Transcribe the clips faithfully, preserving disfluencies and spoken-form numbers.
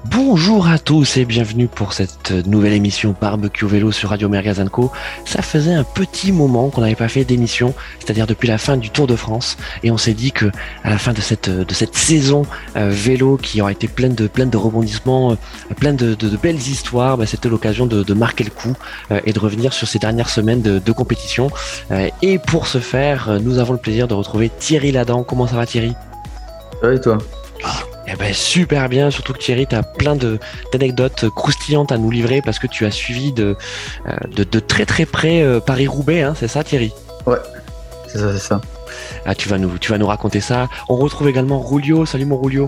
Bonjour à tous et bienvenue pour cette nouvelle émission Barbecue Vélo sur Radio Merguez and Co. Ça faisait un petit moment qu'on n'avait pas fait d'émission, c'est-à-dire depuis la fin du Tour de France, et on s'est dit que à la fin de cette de cette saison euh, vélo qui aura été pleine de pleine de rebondissements, euh, pleine de, de, de belles histoires, bah, c'était l'occasion de, de marquer le coup euh, et de revenir sur ces dernières semaines de, de compétition. Euh, et pour ce faire, euh, nous avons le plaisir de retrouver Thierry Ladan. Comment ça va, Thierry? Ouais, et toi? Eh ben super bien, surtout que Thierry, tu as plein de d'anecdotes croustillantes à nous livrer parce que tu as suivi de euh, de, de très très près euh, Paris-Roubaix, hein, c'est ça, Thierry? Ouais, c'est ça, c'est ça. Ah, tu vas nous tu vas nous raconter ça. On retrouve également Rulio. Salut mon Rulio.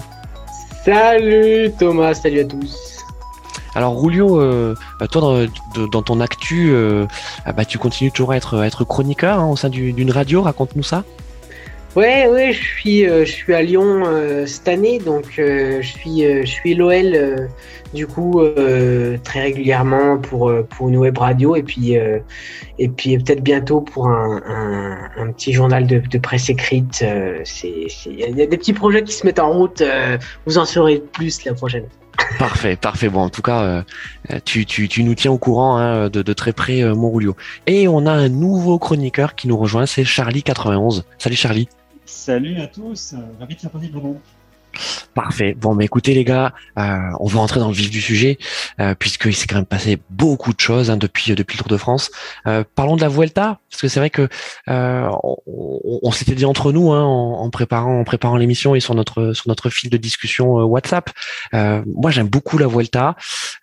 Salut Thomas, salut à tous. Alors Rulio, euh, toi dans, de- dans ton actu, euh, ah bah, tu continues toujours à être à être chroniqueur, hein, au sein du- d'une radio. Raconte-nous ça. Ouais, ouais, je suis, euh, je suis à Lyon euh, cette année, donc euh, je suis, euh, je suis l'O L euh, du coup euh, très régulièrement pour euh, pour une web radio et puis euh, et puis peut-être bientôt pour un, un, un petit journal de, de presse écrite. euh, c'est, c'est- il y a il y a des petits projets qui se mettent en route. euh, vous en saurez plus la prochaine. Parfait, parfait. Bon, en tout cas, euh, euh, tu, tu, tu nous tiens au courant, hein, de, de très près, euh, mon Rulio. Et on a un nouveau chroniqueur qui nous rejoint, c'est Charlie quatre-vingt-onze. Salut Charlie. Salut à tous, euh, ravi de faire partie de vous. Parfait. Bon, mais écoutez les gars, euh, on va rentrer dans le vif du sujet, euh, puisqu'il s'est quand même passé beaucoup de choses, hein, depuis depuis le Tour de France. Euh, parlons de la Vuelta, parce que c'est vrai que euh, on, on- on s'était dit entre nous, hein, en, en préparant en préparant l'émission et sur notre sur notre fil de discussion euh, WhatsApp. Euh, moi, j'aime beaucoup la Vuelta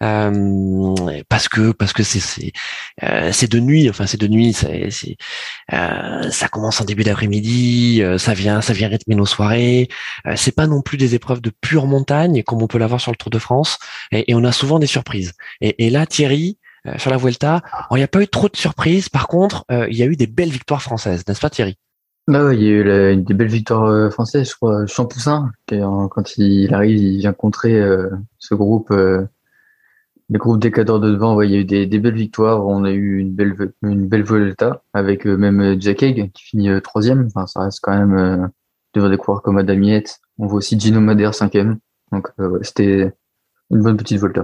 euh, parce que parce que c'est c'est euh, c'est de nuit, enfin c'est de nuit, c'est c'est euh, ça commence en début d'après-midi, euh, ça vient ça vient rythmer nos soirées. Euh, c'est pas non plus des épreuves de pure montagne comme on peut l'avoir sur le Tour de France, et, et on a souvent des surprises. Et, et là, Thierry, euh, sur la Vuelta, bon, il n'y a pas eu trop de surprises. Par contre, euh, il y a eu des belles victoires françaises, n'est-ce pas, Thierry? Bah ouais, il y a eu la- des belles victoires euh, françaises, je crois. Champoussin, qui, euh, quand il arrive, il vient contrer euh, ce groupe, euh, le groupe des cadors de devant. Ouais, il y a eu des, des belles victoires. On a eu une belle, une belle Vuelta avec euh, même euh, Jack Haig qui finit euh, troisième. Enfin, ça reste quand même euh, devant des coureurs comme Adam Yates. On voit aussi Gino Madère cinquième. Donc euh, ouais, c'était une bonne petite Vuelta.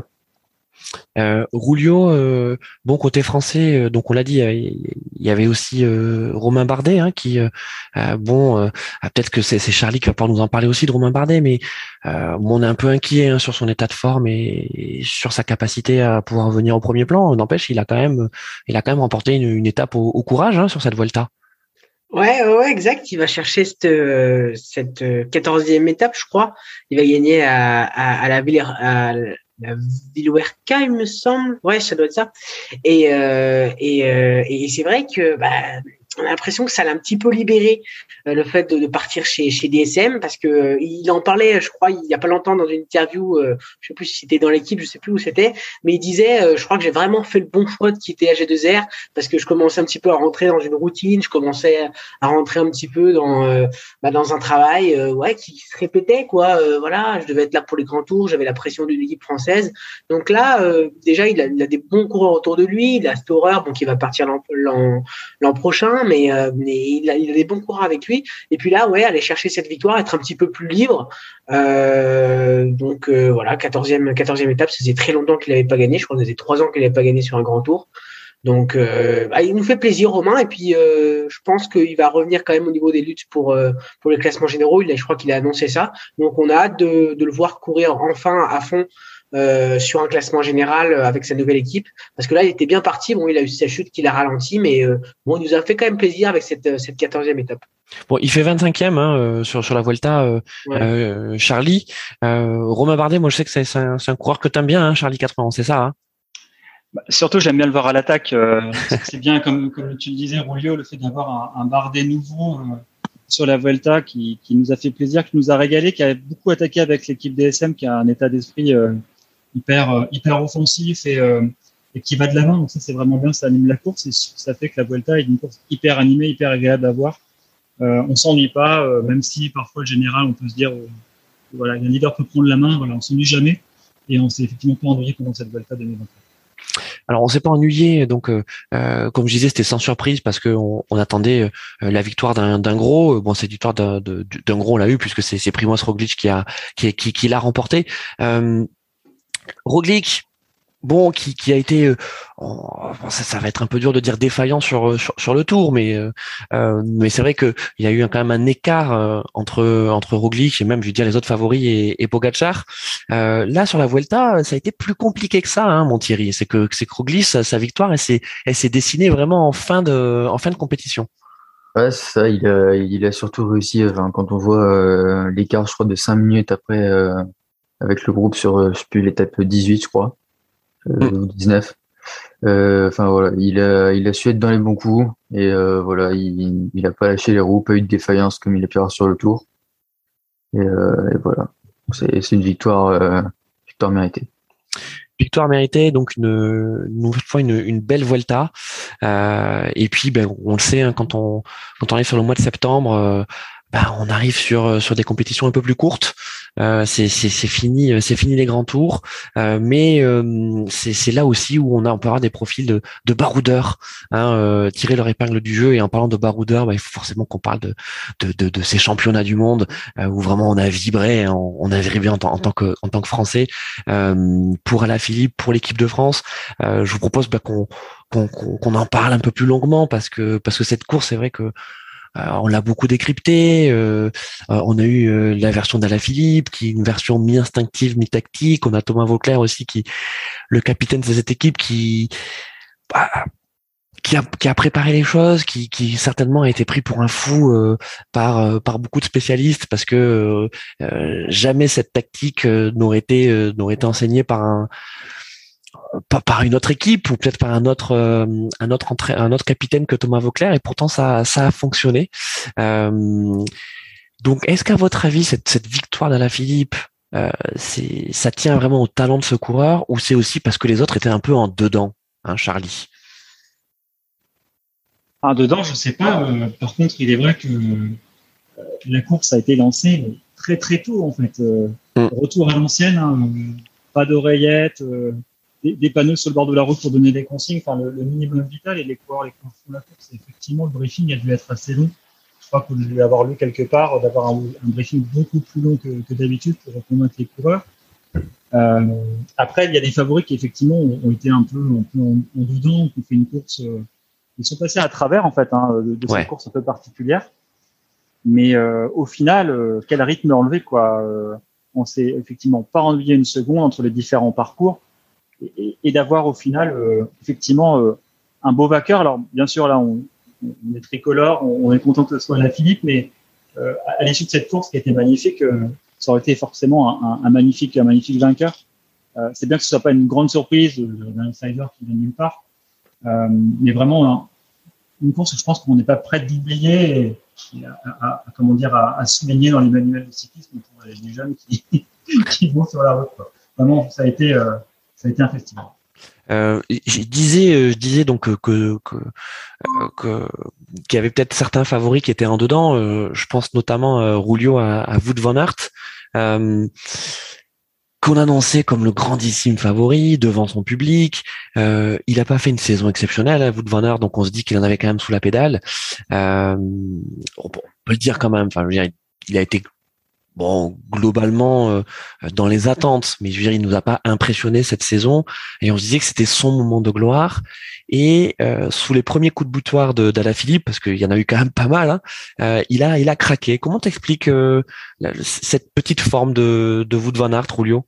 Euh, Rulio, euh, bon côté français, euh, donc on l'a dit, euh, il y avait aussi euh, Romain Bardet, hein, qui, euh, euh, bon, euh, ah, peut-être que c'est c'est Charlie qui va pouvoir nous en parler aussi de Romain Bardet, mais euh, bon, on est un peu inquiet, hein, sur son état de forme et, et sur sa capacité à pouvoir revenir au premier plan. N'empêche, il a quand même, il a quand même remporté une, une étape au, au courage, hein, sur cette Vuelta. Ouais, ouais, ouais, exact. Il va chercher cette, euh, cette euh, quatorzième étape, je crois. Il va gagner à, à, à la ville, à la Villuerca, il me semble. Ouais, ça doit être ça. Et, euh, et, euh, et c'est vrai que, bah, on a l'impression que ça l'a un petit peu libéré, euh, le fait de, de partir chez, chez D S M, parce que euh, il en parlait, je crois, il y a pas longtemps dans une interview, euh, je sais plus si c'était dans l'équipe, je sais plus où c'était, mais il disait, euh, je crois que j'ai vraiment fait le bon choix de quitter A G deux R, parce que je commençais un petit peu à rentrer dans une routine, je commençais à rentrer un petit peu dans euh, bah, dans un travail euh, ouais qui se répétait quoi. Euh, voilà, je devais être là pour les grands tours, j'avais la pression d'une équipe française. Donc là, euh, déjà, il a, il a des bons coureurs autour de lui. Il a Storer, bon, qui va partir l'an, l'an, l'an prochain, mais, euh, mais il, a, il a des bons coureurs avec lui. Et puis là, ouais, aller chercher cette victoire, être un petit peu plus libre. Euh, donc euh, voilà, quatorzième, quatorzième étape, ça faisait très longtemps qu'il n'avait pas gagné. Je crois que ça faisait trois ans qu'il n'avait pas gagné sur un grand tour. Donc, euh, bah, il nous fait plaisir, Romain. Et puis, euh, je pense qu'il va revenir quand même au niveau des luttes pour euh, pour les classements généraux. Il a, je crois qu'il a annoncé ça. Donc, on a hâte de, de le voir courir enfin à fond euh, sur un classement général avec sa nouvelle équipe. Parce que là, il était bien parti. Bon, il a eu sa chute qui l'a ralenti, mais euh, bon, il nous a fait quand même plaisir avec cette cette quatorzième étape. Bon, il fait vingt-cinquième, hein, euh, sur sur la Vuelta, euh, Ouais. euh, Charlie. Euh, Romain Bardet, moi je sais que c'est c'est un, c'est un coureur que t'aimes bien, hein, Charlie quatre-vingts, c'est ça, hein? Bah, surtout, j'aime bien le voir à l'attaque. Euh, c'est bien, comme, comme tu le disais, Rulio, le fait d'avoir un, un Bardet nouveau euh, sur la Vuelta qui, qui nous a fait plaisir, qui nous a régalé, qui a beaucoup attaqué avec l'équipe D S M, qui a un état d'esprit euh, hyper euh, hyper offensif et, euh, et qui va de l'avant. Donc ça, c'est vraiment bien, ça anime la course et ça fait que la Vuelta est une course hyper animée, hyper agréable à voir. Euh, on s'ennuie pas, euh, même si parfois le général, on peut se dire, euh, voilà, un leader peut prendre la main, voilà, on s'ennuie jamais et on s'est effectivement pas ennuyé pendant cette Vuelta deux mille vingt. Alors on s'est pas ennuyé, donc euh, euh, comme je disais, c'était sans surprise parce que on, on attendait euh, la victoire d'un, d'un gros. Bon, cette victoire d'un, de- d'un gros, on l'a eu puisque c'est, c'est Primož Roglič qui a qui qui, qui l'a remporté. Euh, Roglic, bon, qui, qui a été, euh, en- ça, ça va être un peu dur de dire défaillant sur sur, sur le Tour, mais euh, euh, mais c'est vrai que il y a eu un- quand même un écart euh, entre entre Roglic et même, je veux dire, les autres favoris et, et Pogačar. Euh, là, sur la Vuelta, ça a été plus compliqué que ça, hein, mon Thierry. C'est que c'est que Roglic, sa, sa victoire, elle s'est elle s'est dessinée vraiment en fin de en fin de compétition. Ouais, c'est ça, il a, il a surtout réussi, enfin, quand on voit euh, l'écart, je crois, de cinq minutes après, euh, avec le groupe sur, euh, je sais plus, l'étape dix-huit, je crois, euh, Mm. ou dix-neuf. Euh, Enfin, voilà, il a, il a su être dans les bons coups, et euh, voilà, il, il a pas lâché les roues, pas eu de défaillance comme il a pu avoir sur le tour. Et, euh, et voilà, c'est, c'est une victoire, euh, victoire méritée. Victoire méritée, donc une, une nouvelle fois une, une belle Vuelta. Euh, et puis, ben, on le sait, hein, quand on quand on arrive sur le mois de septembre, euh, ben, on arrive sur sur des compétitions un peu plus courtes. Euh, c'est c'est c'est fini, c'est fini les grands tours. Euh, mais euh, c'est c'est là aussi où on a on peut avoir des profils de de baroudeurs, hein, euh, tirer leur épingle du jeu. Et en parlant de baroudeurs, ben, il faut forcément qu'on parle de de de, de ces championnats du monde euh, où vraiment on a vibré, hein, on, on a vibré en tant en tant que en tant que Français. Euh, pour Alaphilippe, pour l'équipe de France. Euh, je vous propose bah, qu'on qu'on qu'on qu'on en parle un peu plus longuement parce que parce que cette course, c'est vrai que euh, on l'a beaucoup décrypté. Euh, euh, on a eu euh, la version d'Alaphilippe, qui est une version mi-instinctive, mi-tactique. On a Thomas Vauclair aussi, qui le capitaine de cette équipe, qui bah, qui a, qui a préparé les choses, qui, qui certainement a été pris pour un fou euh, par euh, par beaucoup de spécialistes parce que euh, euh, jamais cette tactique euh, n'aurait été euh, n'aurait été enseignée par un pas par une autre équipe ou peut-être par un autre euh, un autre entra- un autre capitaine que Thomas Vauclair, et pourtant ça ça a fonctionné. Euh, donc est-ce qu'à votre avis cette cette victoire d'Alaphilippe, euh, c'est ça tient vraiment au talent de ce coureur, ou c'est aussi parce que les autres étaient un peu en dedans, hein, Charlie? Ah, dedans, je sais pas. Euh, par contre, il est vrai que euh, la course a été lancée très très tôt en fait. Euh, Mm. retour à l'ancienne, hein, euh, pas d'oreillettes, euh, des, des panneaux sur le bord de la route pour donner des consignes, enfin le, le minimum vital. Et les coureurs, les coureurs font la course. Et effectivement, le briefing a dû être assez long. Je crois que vous devez avoir lu quelque part d'avoir un, un briefing beaucoup plus long que, que d'habitude pour convaincre les coureurs. Euh, après, il y a des favoris qui effectivement ont, ont été un peu, un peu en, en dedans, qui ont fait une course. Euh, ils sont passés à travers en fait hein, de, de Ouais. cette course un peu particulière. Mais euh, au final, euh, quel rythme enlevé quoi. Euh, on s'est effectivement pas ennuyé une seconde entre les différents parcours et, et, et d'avoir au final euh, effectivement euh, un beau vainqueur. Alors bien sûr là, on, on est tricolore, on, on est content que ce soit Alaphilippe, mais euh, à l'issue de cette course qui était magnifique, euh, ça aurait été forcément un, un, un magnifique, un magnifique vainqueur. Euh, c'est bien que ce soit pas une grande surprise d'un outsider qui vient nulle part, euh, mais vraiment un, une course que je pense qu'on n'est pas prêt d'oublier et, et à, à, à, comment dire, à, à souligner dans les manuels de cyclisme pour les, les jeunes qui, qui vont sur la route. Quoi. Vraiment, ça a été, euh, ça a été un festival. Euh, je disais, je disais donc que que que, que qu'il y avait peut-être certains favoris qui étaient en dedans. Euh, je pense notamment euh, Rulio à, à Wout van Aert, euh, qu'on annonçait comme le grandissime favori devant son public. Euh, il a pas fait une saison exceptionnelle, hein, Wout van Aert, donc on se dit qu'il en avait quand même sous la pédale. Euh, on peut le dire quand même. Enfin, je veux dire, il a été bon, globalement euh, dans les attentes, mais je veux dire, il nous a pas impressionné cette saison, et on se disait que c'était son moment de gloire. Et euh, sous les premiers coups de boutoir de d'Alaphilippe, parce qu'il y en a eu quand même pas mal, hein, euh, il a il a craqué. Comment t'expliques euh, la- cette petite forme de de Wout van Aert, Rulio?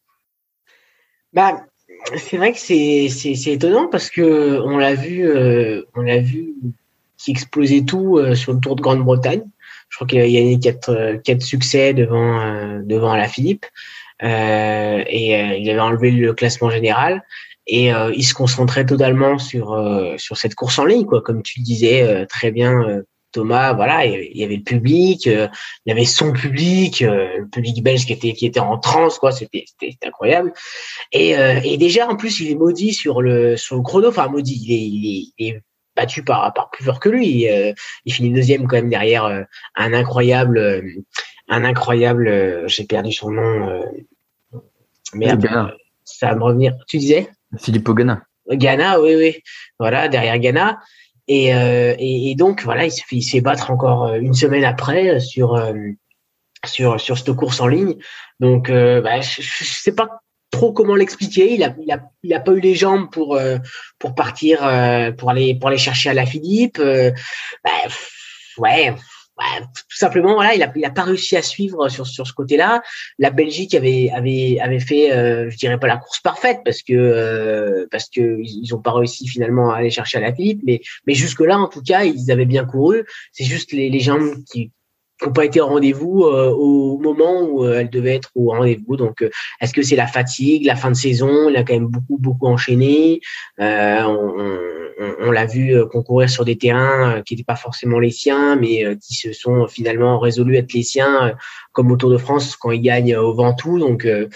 Bah, c'est vrai que c'est c'est c'est étonnant parce que on l'a vu euh, on l'a vu qui explosait tout euh, sur le Tour de Grande-Bretagne. Je crois qu'il a gagné quatre euh, quatre succès devant euh, devant Alaphilippe euh, et euh, il avait enlevé le classement général et euh, il se concentrait totalement sur euh, sur cette course en ligne quoi, comme tu le disais euh, très bien. Euh, Thomas, voilà, il y avait le public, euh, il y avait son public, euh, le public belge qui était qui était en transe, quoi, c'était c'était, c'était incroyable. Et, euh, et déjà, en plus, il est maudit sur le, sur le chrono. Enfin, maudit, il est, il est, il est battu par, par plus fort que lui. Euh, il finit deuxième quand même derrière euh, un incroyable, euh, un incroyable, euh, j'ai perdu son nom, euh, merde, Ghana. ça va me revenir. Tu disais? Filippo Ganna. Ghana, oui, oui. Voilà, derrière Ghana. Et, euh, et, et donc, voilà, il se fait, il se fait battre encore une semaine après sur, euh, sur, sur cette course en ligne. Donc, euh, bah, je, je sais pas trop comment l'expliquer. Il a, il a, il a pas eu les jambes pour euh, pour partir, euh, pour aller pour aller chercher Alaphilippe. Euh, bah, ouais. Ouais, tout simplement, voilà, il a, il a pas réussi à suivre sur sur ce côté-là. La Belgique avait avait avait fait, euh, je dirais pas la course parfaite parce que euh, parce que ils ont pas réussi finalement à aller chercher Alaphilippe, mais mais jusque là, en tout cas, ils avaient bien couru. C'est juste les les jambes qui n'ont pas été au rendez-vous euh, au moment où euh, elles devaient être au rendez-vous. Donc, euh, est-ce que c'est la fatigue, la fin de saison? Il a quand même beaucoup, beaucoup enchaîné. Euh, on, on, on l'a vu euh, concourir sur des terrains euh, qui n'étaient pas forcément les siens, mais euh, qui se sont finalement résolus être les siens, euh, comme au Tour de France quand il gagne au Ventoux. Donc, euh,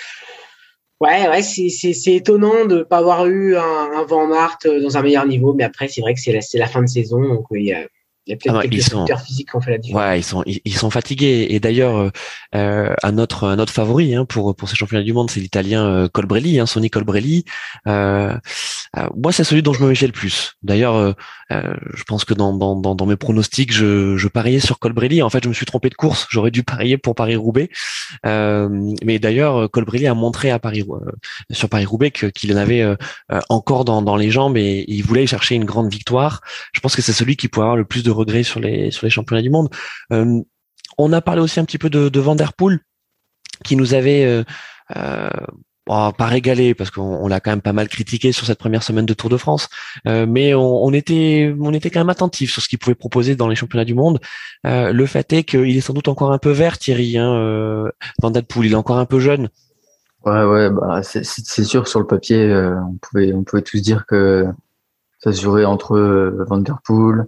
ouais, ouais, c'est, c'est, c'est étonnant de ne pas avoir eu un, un Van Aert dans un meilleur niveau. Mais après, c'est vrai que c'est la, c'est la fin de saison. Donc, il y a Il y a peut-être Ah non, quelques ils sont, facteurs physiques qui ont fait la différence. ouais, ils sont, ils, ils sont fatigués. Et d'ailleurs, euh, un autre, un autre favori hein, pour pour ces championnats du monde, c'est l'Italien euh, Colbrelli, hein, Sonny Colbrelli. Euh, euh, moi, c'est celui dont je me méfiais le plus. D'ailleurs, euh, euh, je pense que dans dans dans, dans mes pronostics, je je pariais sur Colbrelli. En fait, je me suis trompé de course. J'aurais dû parier pour Paris-Roubaix. Euh, mais d'ailleurs, Colbrelli a montré à Paris euh, sur Paris-Roubaix que, qu'il en avait euh, encore dans dans les jambes et, et il voulait chercher une grande victoire. Je pense que c'est celui qui pourrait avoir le plus de regrets sur les sur les championnats du monde. Euh, on a parlé aussi un petit peu de, de Van der Poel, qui nous avait euh, euh, bon, pas régalé parce qu'on on l'a quand même pas mal critiqué sur cette première semaine de Tour de France, euh, mais on, on était on était quand même attentif sur ce qu'il pouvait proposer dans les championnats du monde. Euh, le fait est qu'il est sans doute encore un peu vert, Thierry. Hein, euh, Van der Poel, il est encore un peu jeune. Ouais, ouais, bah c'est c'est c'est sûr sur le papier, euh, on pouvait on pouvait tous dire que ça se jouerait entre euh, Van der Poel,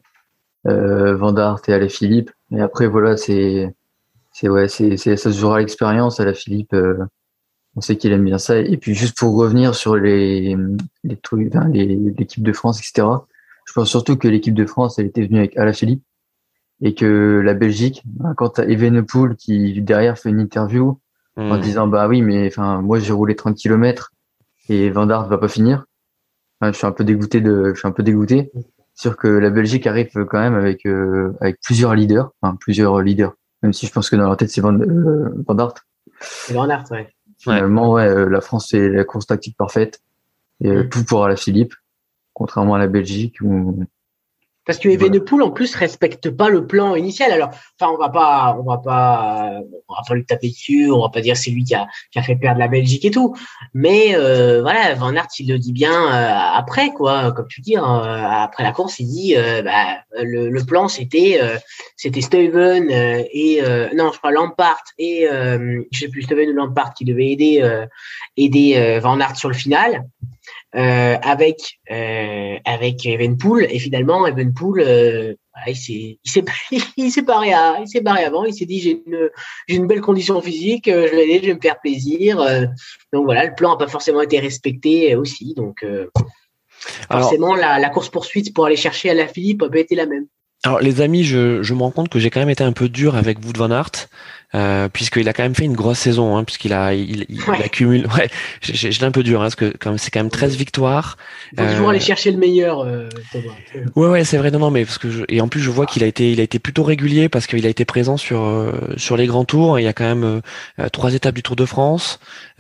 euh, Van Aert et Alaphilippe. Et après voilà, c'est c'est ouais, c'est c'est ça se jouera à l'expérience. Alaphilippe, euh, on sait qu'il aime bien ça. Et puis juste pour revenir sur les les trucs, enfin, les l'équipe de France, et cetera. Je pense surtout que l'équipe de France, elle était venue avec Alaphilippe et que la Belgique, quand t'as Evenepoel qui derrière fait une interview Mmh. en disant bah oui, mais enfin moi j'ai roulé trente kilomètres et Van Aert va pas finir. Enfin, je suis un peu dégoûté de, je suis un peu dégoûté. C'est sûr que la Belgique arrive quand même avec euh, avec plusieurs leaders, enfin plusieurs leaders. Même si je pense que dans leur tête c'est Van, euh, Van Aert. C'est Van Aert, ouais. Finalement, ouais, euh, la France c'est la course tactique parfaite et euh, Mm. tout pour Alaphilippe, contrairement à la Belgique où Parce que Evenepoel en plus respecte pas le plan initial. Alors, enfin, on va pas, on va pas, on va pas lui taper dessus, on va pas dire c'est lui qui a, qui a fait perdre la Belgique et tout. Mais euh, voilà, Van Aert il le dit bien euh, après quoi, comme tu dis, hein, après la course il dit, euh, bah, le, le plan c'était, euh, c'était Stuyven euh, et euh, non je crois Lampart et euh, je sais plus Stuyven ou Lampart qui devait aider, euh, aider euh, Van Aert sur le final. Euh, avec euh, avec Evenepoel et finalement Evenepoel euh, voilà, il s'est il s'est il s'est barré à, il s'est barré avant, il s'est dit j'ai une j'ai une belle condition physique, euh, je vais aller, je vais me faire plaisir, euh, donc voilà, le plan n'a pas forcément été respecté aussi, donc euh, forcément alors, la la course poursuite pour aller chercher Alaphilippe n'a pas été la même. Alors les amis, je je me rends compte que j'ai quand même été un peu dur avec Wout van Aert. Euh, puisqu'il a quand même fait une grosse saison, hein, puisqu'il a, il, il, ouais. il accumule. Ouais, j'ai, j'ai un peu dur, hein, parce que comme c'est quand même treize victoires. Il faut euh... toujours aller chercher le meilleur, euh, Thomas. Ouais, ouais, c'est vrai. Non, non, mais parce que je, et en plus je vois qu'il a été, il a été plutôt régulier parce qu'il a été présent sur euh, sur les grands tours. Il y a quand même euh, trois étapes du Tour de France,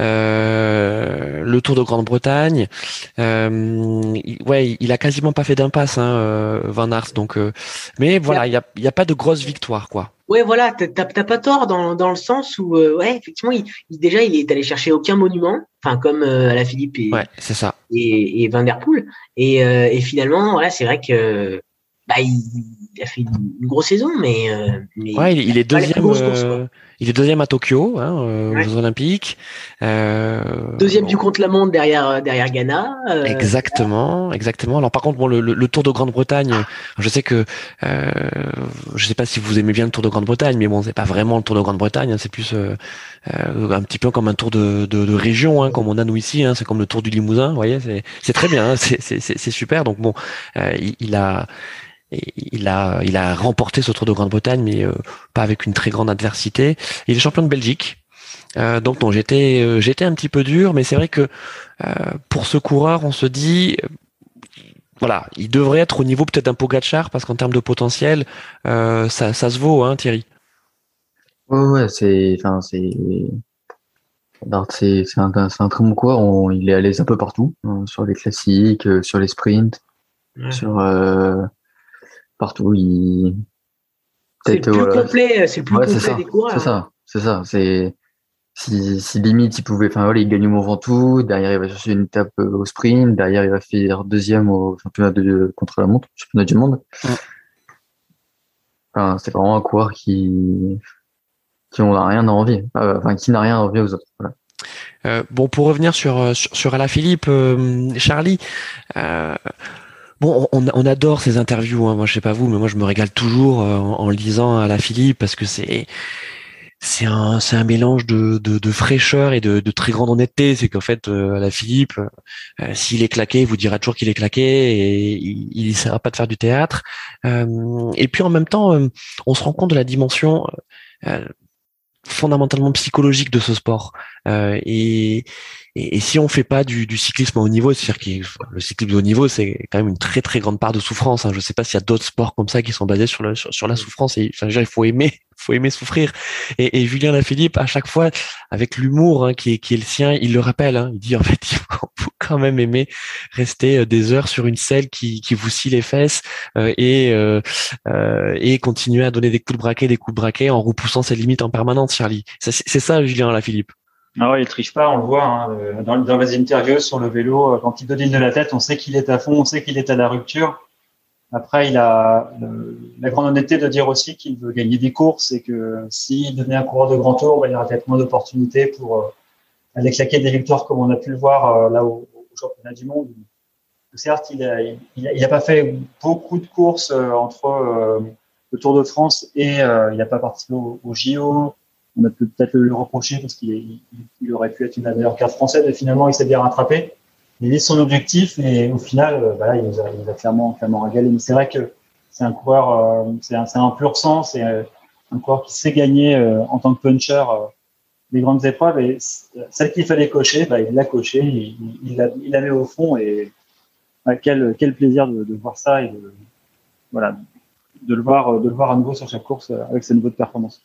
euh, le Tour de Grande-Bretagne. Euh, il, ouais, il a quasiment pas fait d'impasse, hein, euh, Van Aert. Donc, euh, mais voilà, il y a, il y a pas de grosses victoires, quoi. Ouais, voilà, t'as, t'as pas tort dans, dans le sens où, euh, ouais, effectivement, il, il, déjà, il est allé chercher aucun monument, enfin, comme euh, Alaphilippe et, ouais, c'est ça. et, et Van der Poel. Et, euh, et finalement, voilà, c'est vrai que bah, il, il a fait une, une grosse saison, mais, euh, mais ouais, il, il est deuxième. Course, euh, il est deuxième à Tokyo, hein, euh, ouais. aux Jeux Olympiques. Euh, deuxième bon. du contre-la-montre derrière derrière Ghana. Euh, exactement, exactement. Alors par contre, bon, le, le, le Tour de Grande-Bretagne, je sais que, euh, je sais pas si vous aimez bien le Tour de Grande-Bretagne, mais bon, c'est pas vraiment le Tour de Grande-Bretagne, hein, c'est plus euh, euh, un petit peu comme un tour de, de, de région, hein, comme on a nous ici. Hein, c'est comme le Tour du Limousin, vous voyez, c'est, c'est très bien, hein, c'est, c'est, c'est super. Donc bon, euh, il, il a Il a, il a remporté ce Tour de Grande-Bretagne, mais euh, pas avec une très grande adversité. Il est champion de Belgique. Euh, donc non, j'étais, euh, j'étais un petit peu dur, mais c'est vrai que euh, pour ce coureur, on se dit, euh, voilà, il devrait être au niveau peut-être d'un Pogačar, parce qu'en termes de potentiel, euh, ça, ça se vaut, hein, Thierry. Ouais, ouais, c'est, enfin, c'est, Dart, c'est c'est un, c'est un très bon coureur. On- il est à l'aise un peu partout, hein, sur les classiques, euh, sur les sprints, Ouais. sur euh, partout. Il C'est peut-être le plus voilà. complet, c'est le plus Ouais, c'est complet des ça, c'est coureurs. Hein. ça, c'est ça. C'est si, si limite il pouvait, enfin voilà, il gagne au Mont Ventoux. Derrière, il va chercher une étape euh, au sprint. Derrière, il va faire deuxième au championnat de contre la montre, championnat du monde. Mm. Enfin, c'est vraiment un coureur qui qui on a rien à envier. Euh, Enfin, qui n'a rien à envier aux autres. Voilà. Euh, bon, pour revenir sur euh, sur, sur Alaphilippe, euh, Charlie. Euh, Bon, on, on adore ces interviews. Hein. Moi, je sais pas vous, mais moi, je me régale toujours euh, en, en lisant Alaphilippe parce que c'est c'est un c'est un mélange de, de, de fraîcheur et de, de très grande honnêteté. C'est qu'en fait, euh, Alaphilippe, euh, s'il est claqué, il vous dira toujours qu'il est claqué et il, il essaiera pas de faire du théâtre. Euh, et puis en même temps, euh, on se rend compte de la dimension euh, fondamentalement psychologique de ce sport. Euh, et, et, et si on fait pas du, du cyclisme à haut niveau, c'est-à-dire que le cyclisme de haut niveau, c'est quand même une très très grande part de souffrance. Hein. Je sais pas s'il y a d'autres sports comme ça qui sont basés sur, le, sur, sur la souffrance. Et enfin, je veux dire, il faut aimer, faut aimer souffrir. Et, et Julien Lafilippe, à chaque fois, avec l'humour hein, qui, est, qui est le sien, il le rappelle. Hein, il dit en fait, il faut, faut quand même aimer rester des heures sur une selle qui, qui vous scie les fesses euh, et euh, euh, et continuer à donner des coups de braquet, des coups de braquet en repoussant ses limites en permanence, Charlie. C'est, c'est ça, Julien Alaphilippe. Ah ouais, il triche pas, on le voit hein, euh, dans, dans les interviews sur le vélo. euh, Quand il donne l'île de la tête, on sait qu'il est à fond, on sait qu'il est à la rupture. Après, il a le- la grande honnêteté de dire aussi qu'il veut gagner des courses et que s'il devenait un coureur de grand tour, bah, il y aurait peut-être moins d'opportunités pour euh, aller claquer des victoires comme on a pu le voir euh, là au, au championnat du monde. Certes, il a, il a, il a pas fait beaucoup de courses euh, entre euh, le Tour de France et euh, il n'a pas participé au, au J O. On a peut peut-être le reprocher parce qu'il il, il aurait pu être une des meilleures cartes françaises, mais finalement, il s'est bien rattrapé. Il est son objectif et au final, euh, bah là, il nous a, il nous a clairement, clairement régalé. Mais c'est vrai que c'est un coureur, euh, c'est un, c'est un pur sang, c'est euh, un coureur qui sait gagner euh, en tant que puncher euh, les grandes épreuves et celle qu'il fallait cocher, bah, il l'a coché, il, il, l'a, il la met au fond et ah, quel, quel plaisir de, de voir ça et de, voilà, de le voir, de le voir à nouveau sur chaque course avec ses niveaux de performance.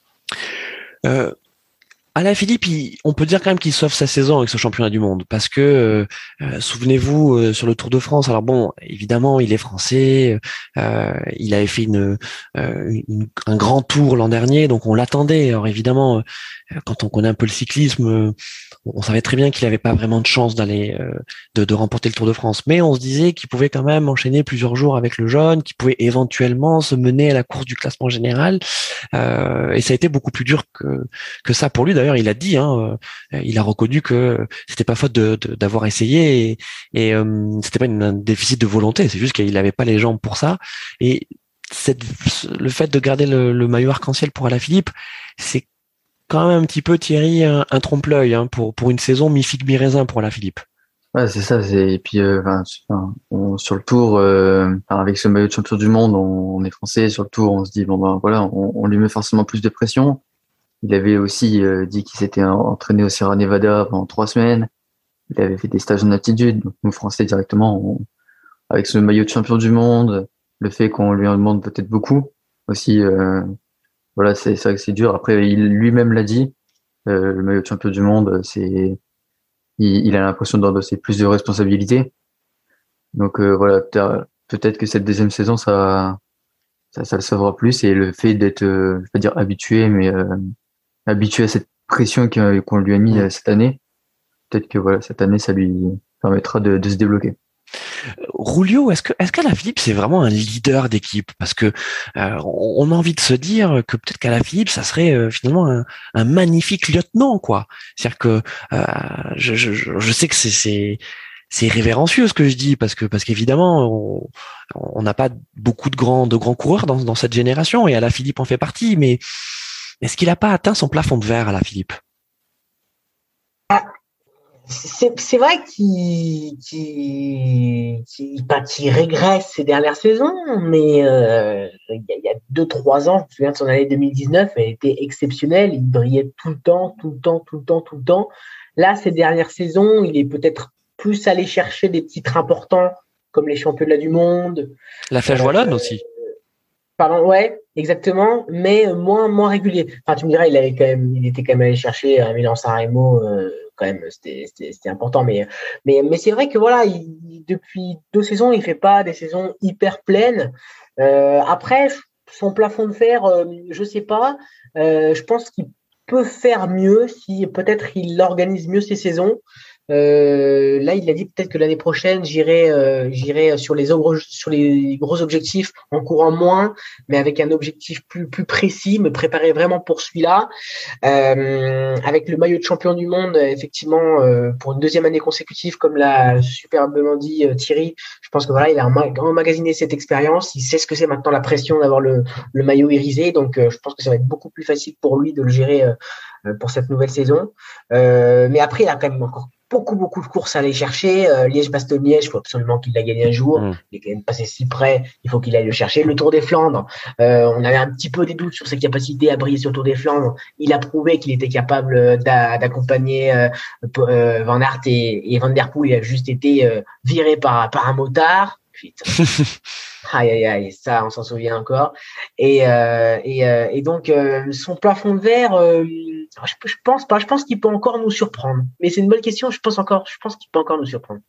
Euh, Alaphilippe, il, on peut dire quand même qu'il sauve sa saison avec ce championnat du monde parce que euh, euh, souvenez-vous euh, sur le Tour de France. Alors bon, évidemment, il est français. Euh, il avait fait une, euh, une, un grand tour l'an dernier, donc on l'attendait. Alors évidemment, euh, quand on connaît un peu le cyclisme, euh, on savait très bien qu'il n'avait pas vraiment de chance d'aller euh, de, de remporter le Tour de France, mais on se disait qu'il pouvait quand même enchaîner plusieurs jours avec le jaune, qu'il pouvait éventuellement se mener à la course du classement général. Euh, et ça a été beaucoup plus dur que que ça pour lui. D'ailleurs, il a dit, hein, euh, il a reconnu que c'était pas faute de, de- d'avoir essayé et, et euh, c'était pas une- un déficit de volonté. C'est juste qu'il n'avait pas les jambes pour ça. Et cette, le fait de garder le, le maillot arc-en-ciel pour Alaphilippe, c'est quand même un petit peu Thierry un, un trompe-l'œil hein, pour pour une saison mi-figue mi-raisin pour Alaphilippe. Ouais, c'est ça. C'est et puis euh, enfin, su- enfin, on- sur le tour, euh, enfin, avec ce maillot de champion du monde, on, on est français. Sur le tour, on se dit bon ben voilà, on, on lui met forcément plus de pression. Il avait aussi euh, dit qu'il s'était en- entraîné au Sierra Nevada pendant trois semaines. Il avait fait des stages en aptitude. Donc, nous, Français, directement, on- avec ce maillot de champion du monde, le fait qu'on lui en demande peut-être beaucoup aussi, euh, voilà, c'est c'est vrai que c'est dur. Après, il lui-même l'a dit, euh, le maillot de champion du monde, c'est, il, il a l'impression d'endosser plus de responsabilités. Donc euh, voilà, peut-être peut-être que cette deuxième saison, ça, ça, ça le sauvera plus. Et le fait d'être, euh, je vais pas dire habitué, mais euh, habitué à cette pression qu'on qu'on lui a mis euh, cette année, peut-être que voilà, cette année, ça lui permettra de, de se débloquer. Rulio, est-ce que est-ce qu'Alaphilippe c'est vraiment un leader d'équipe? Parce que euh, on on a envie de se dire que peut-être qu'Alaphilippe ça serait euh, finalement un, un magnifique lieutenant, quoi. C'est-à-dire que euh, je, je, je je sais que c'est c'est c'est révérencieux ce que je dis parce que parce qu'évidemment on on n'a pas beaucoup de grands de grands coureurs dans dans cette génération et Alaphilippe en fait partie, mais est-ce qu'il n'a pas atteint son plafond de verre, Alaphilippe? C'est, c'est vrai qu'il, qu'il, qu'il, pas qu'il régresse ces dernières saisons, mais euh, il y a, il y a deux, trois ans, je me souviens de son année deux mille dix-neuf, elle était exceptionnelle. Il brillait tout le temps, tout le temps, tout le temps, tout le temps. Là, ces dernières saisons, il est peut-être plus allé chercher des titres importants comme les championnats du monde. La Flèche Euh, Wallonne aussi. Pardon, ouais, exactement, mais moins moins régulier. Enfin, tu me diras, il avait quand même, il était quand même allé chercher un Milan-San Remo, euh, quand même, c'était c'était c'était important. Mais mais mais c'est vrai que voilà, il, depuis deux saisons, il fait pas des saisons hyper pleines. Euh, après, son plafond de verre, euh, je sais pas. Euh, je pense qu'il peut faire mieux si peut-être il organise mieux ses saisons. Euh, là, il a dit peut-être que l'année prochaine, j'irai, euh, j'irai sur les gros, sur les gros objectifs en courant moins, mais avec un objectif plus plus précis, me préparer vraiment pour celui-là. Euh, avec le maillot de champion du monde, effectivement, euh, pour une deuxième année consécutive, comme l'a superbement dit euh, Thierry, je pense que voilà, il a emmagasiné cette expérience. Il sait ce que c'est maintenant la pression d'avoir le, le maillot irisé, donc euh, je pense que ça va être beaucoup plus facile pour lui de le gérer euh, pour cette nouvelle saison. Euh, mais après, il a quand même encore beaucoup, beaucoup de courses à aller chercher. Euh, Liège-Bastogne-Liège, il faut absolument qu'il la gagne un jour. Mmh. Il est quand même passé si près, il faut qu'il aille le chercher. Le Tour des Flandres, euh, on avait un petit peu des doutes sur ses capacités à briller sur le Tour des Flandres. Il a prouvé qu'il était capable d'a- d'accompagner euh, euh, Van Aert et, et Van Der Poel. Il a juste été euh, viré par, par un motard. Putain. Aïe, aïe, aïe, ça, on s'en souvient encore. Et, euh, et, euh, et donc, euh, son plafond de verre, euh, je, je pense pas. Je pense qu'il peut encore nous surprendre. Mais c'est une bonne question. Je pense encore. Je pense qu'il peut encore nous surprendre.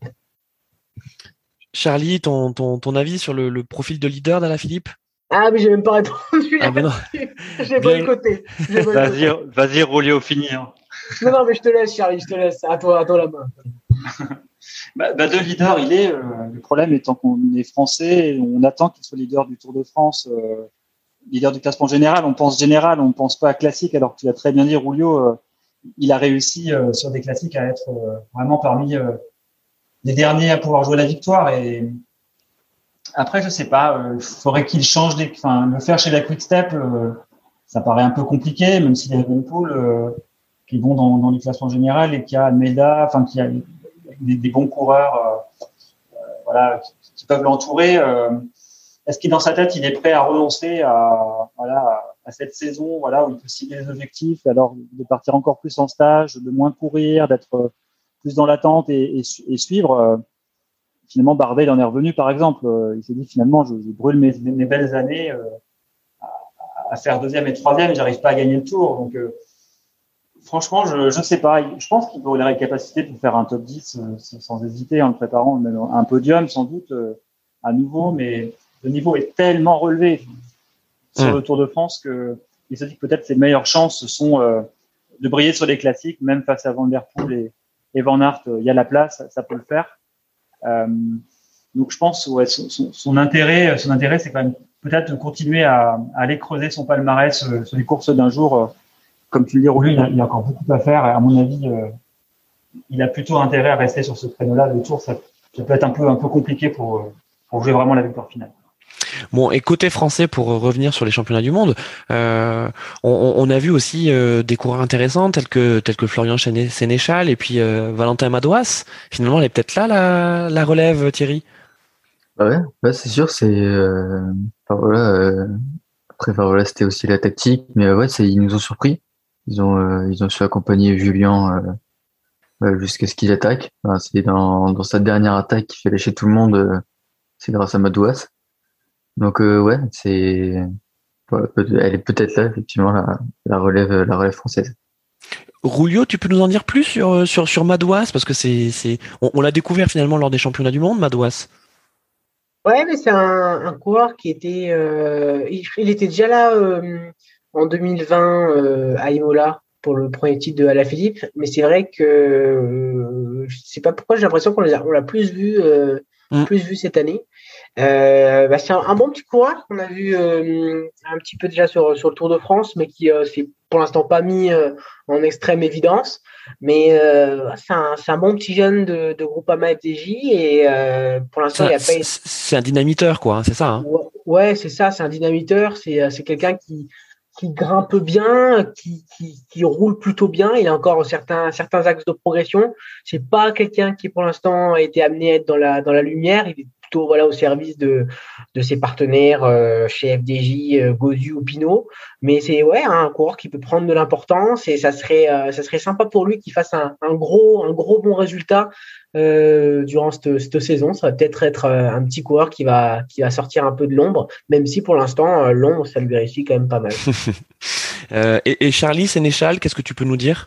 Charlie, ton, ton, ton avis sur le, le profil de leader d'Alaphilippe? Ah, mais j'ai même pas répondu. Ah ben non. J'ai boycotté. Vas-y, vas-y, Rolio, fini. Hein. Non, non, mais je te laisse, Charlie. Je te laisse. À toi, à toi la main. Bah, bah, de leader, il est. Euh, le problème étant qu'on est français, on attend qu'il soit leader du Tour de France, euh, leader du classement général. On pense général, on pense pas à classique, alors que tu l'as très bien dit, Rulio, euh, il a réussi euh, sur des classiques à être euh, vraiment parmi euh, les derniers à pouvoir jouer la victoire. Et après, je sais pas, il euh, faudrait qu'il change des. Enfin, le faire chez la Quick Step, euh, ça paraît un peu compliqué, même s'il y a Evenepoel euh, qui vont dans, dans le classement général et qu'il y a Almeida, enfin, qui a Des, des bons coureurs euh, euh, voilà, qui, qui peuvent l'entourer. Euh, est-ce qu'il, dans sa tête, il est prêt à renoncer à, voilà, à cette saison voilà, où il peut cibler les objectifs, alors de partir encore plus en stage, de moins courir, d'être plus dans l'attente et, et, et suivre euh, finalement, Bardet, il en est revenu, par exemple. Euh, il s'est dit, finalement, je, je brûle mes, mes belles années euh, à, à faire deuxième et troisième, j'arrive pas à gagner le Tour. Donc, euh, franchement, je ne sais pas. Je pense qu'il aurait la capacité de faire un top dix euh, sans hésiter en le préparant, même un podium sans doute euh, à nouveau, mais le niveau est tellement relevé sur mmh. le Tour de France qu'il se dit que peut-être ses meilleures chances sont euh, de briller sur les classiques, même face à Van Der Poel et, et Van Aert. Il y a la place, ça, ça peut le faire. Euh, donc je pense ouais, son, son, son intérêt, son intérêt, c'est quand même peut-être de continuer à, à aller creuser son palmarès euh, sur les courses d'un jour. Euh, Comme tu le dis, Roulu, il, il y a encore beaucoup à faire. Et à mon avis, euh, il a plutôt intérêt à rester sur ce créneau-là. Le Tour, ça, ça peut être un peu, un peu compliqué pour, pour jouer vraiment la victoire finale. Bon, et côté français, pour revenir sur les championnats du monde, euh, on, on a vu aussi euh, des coureurs intéressants tels que tels que Florian Sénéchal et puis euh, Valentin Madouas. Finalement, elle est peut-être là la, la relève, Thierry. Ouais, ouais, c'est sûr. C'est euh, enfin, voilà. Euh, après, enfin, voilà, c'était aussi la tactique, mais ouais, c'est ils nous ont surpris. Ils ont euh, ils ont su accompagner Julien euh, jusqu'à ce qu'il attaque. Enfin, c'est dans dans sa dernière attaque qui fait lâcher tout le monde. Euh, c'est grâce à Madouas. Donc euh, ouais, c'est voilà, elle est peut-être là effectivement la, la relève la relève française. Rulio, tu peux nous en dire plus sur sur sur Madouas parce que c'est c'est on, on l'a découvert finalement lors des championnats du monde, Madouas. Ouais, mais c'est un, un coureur qui était euh, il, il était déjà là euh, en deux mille vingt euh, à Imola pour le premier titre de Alaphilippe, mais c'est vrai que euh, je sais pas pourquoi j'ai l'impression qu'on l'a on l'a plus vu euh, mm. plus vu cette année. Euh, bah c'est un, un bon petit coureur qu'on a vu euh, un petit peu déjà sur sur le Tour de France, mais qui euh, s'est pour l'instant pas mis euh, en extrême évidence. Mais euh, c'est un c'est un bon petit jeune de, de Groupama F D J et euh, pour l'instant il a pas. C'est un dynamiteur quoi, hein, c'est ça. Hein ouais, ouais c'est ça, c'est un dynamiteur, c'est c'est quelqu'un qui qui grimpe bien, qui, qui, qui roule plutôt bien. Il a encore certains, certains axes de progression. C'est pas quelqu'un qui, pour l'instant, a été amené à être dans la, dans la lumière. Il est plutôt voilà au service de de ses partenaires euh, chez F D J, euh, Gaudu ou Pinot. Mais c'est ouais un coureur qui peut prendre de l'importance et ça serait euh, ça serait sympa pour lui qu'il fasse un, un gros un gros bon résultat euh, durant cette, cette saison. Ça va peut-être être euh, un petit coureur qui va qui va sortir un peu de l'ombre, même si pour l'instant euh, l'ombre ça lui réussit quand même pas mal. euh, et, et Charlie Sénéchal, qu'est-ce que tu peux nous dire?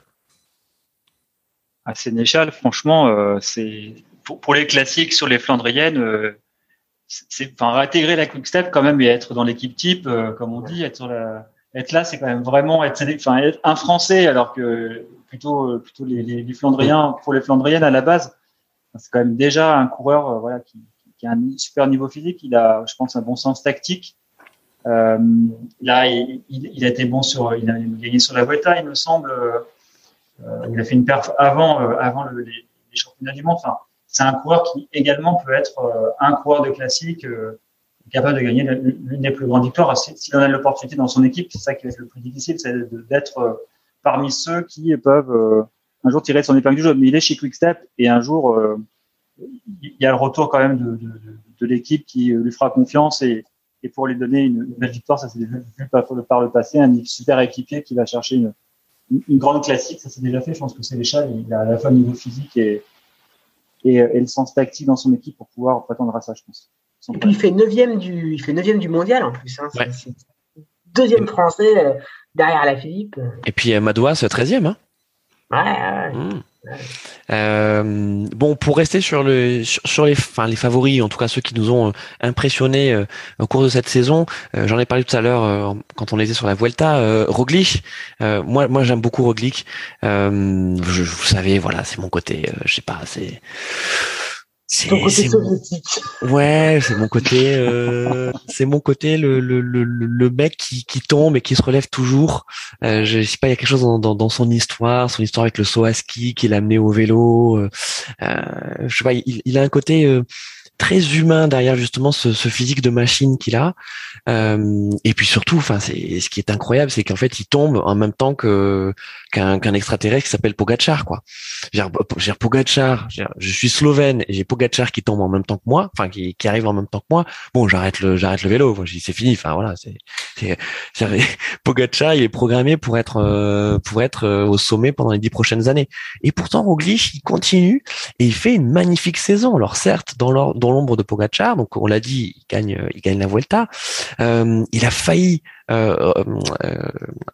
À Sénéchal, franchement, euh, c'est pour, pour les classiques sur les Flandriennes, euh, c'est enfin intégrer la Quick Step quand même et être dans l'équipe type, euh, comme on dit, être sur la, être là, c'est quand même vraiment être, enfin être un Français, alors que plutôt plutôt les, les, les Flandriens pour les Flandriennes à la base, c'est quand même déjà un coureur, euh, voilà, qui, qui a un super niveau physique, il a, je pense, un bon sens tactique. Euh, là, il, il a été bon sur, il a gagné sur la Vuelta, il me semble. Euh, il a fait une perf avant, euh, avant le, les, les championnats du monde. Enfin, c'est un coureur qui également peut être euh, un coureur de classique euh, capable de gagner l'une des plus grandes victoires. S'il en a l'opportunité dans son équipe, c'est ça qui va être le plus difficile, c'est d'être euh, parmi ceux qui peuvent euh, un jour tirer son épingle du jeu. Mais il est chez Quick Step et un jour, euh, il y a le retour quand même de, de, de, de l'équipe qui lui fera confiance et, et pour lui donner une, une belle victoire. Ça s'est déjà vu par, par le passé, un super équipier qui va chercher une une grande classique, ça s'est déjà fait. Je pense que Sénéchal, il a à la fois le niveau physique et, et, et le sens tactique dans son équipe pour pouvoir prétendre à ça, je pense. Et puis il fait neuvième du, il fait neuvième du mondial en plus. Hein. Ouais. C'est deuxième français euh, derrière Alaphilippe. Et puis euh, Madouas, treizième. Hein. Ouais, ouais. Mmh. Euh, bon, pour rester sur le sur, sur les enfin les favoris, en tout cas ceux qui nous ont euh, impressionnés euh, au cours de cette saison, euh, j'en ai parlé tout à l'heure euh, quand on était sur la Vuelta. euh, Roglic, euh, moi moi j'aime beaucoup Roglic. Euh, je, vous savez, voilà, c'est mon côté, euh, je sais pas, c'est c'est Ton côté c'est soviétique. ouais, c'est mon côté, euh, c'est mon côté le le le le mec qui qui tombe et qui se relève toujours. Euh, je sais pas, il y a quelque chose dans dans, dans son histoire, son histoire avec le saut à ski qui l'a amené au vélo. Euh, je sais pas, il, il a un côté euh, très humain derrière justement ce, ce physique de machine qu'il a. Euh, et puis surtout, enfin, c'est ce qui est incroyable, c'est qu'en fait, il tombe en même temps que qu'un qu'un extraterrestre qui s'appelle Pogacar, quoi. J'ai j'ai Pogacar, je suis slovène et j'ai Pogacar qui tombe en même temps que moi, enfin qui qui arrive en même temps que moi. Bon, j'arrête le j'arrête le vélo, je dis c'est fini. Enfin voilà, c'est c'est, c'est Pogacar, il est programmé pour être euh, pour être euh, au sommet pendant les dix prochaines années. Et pourtant, Roglic, il continue et il fait une magnifique saison. Alors certes, dans l'or- dans l'ombre de Pogacar, donc on l'a dit, il gagne il gagne la Vuelta. Euh, il a failli euh, euh,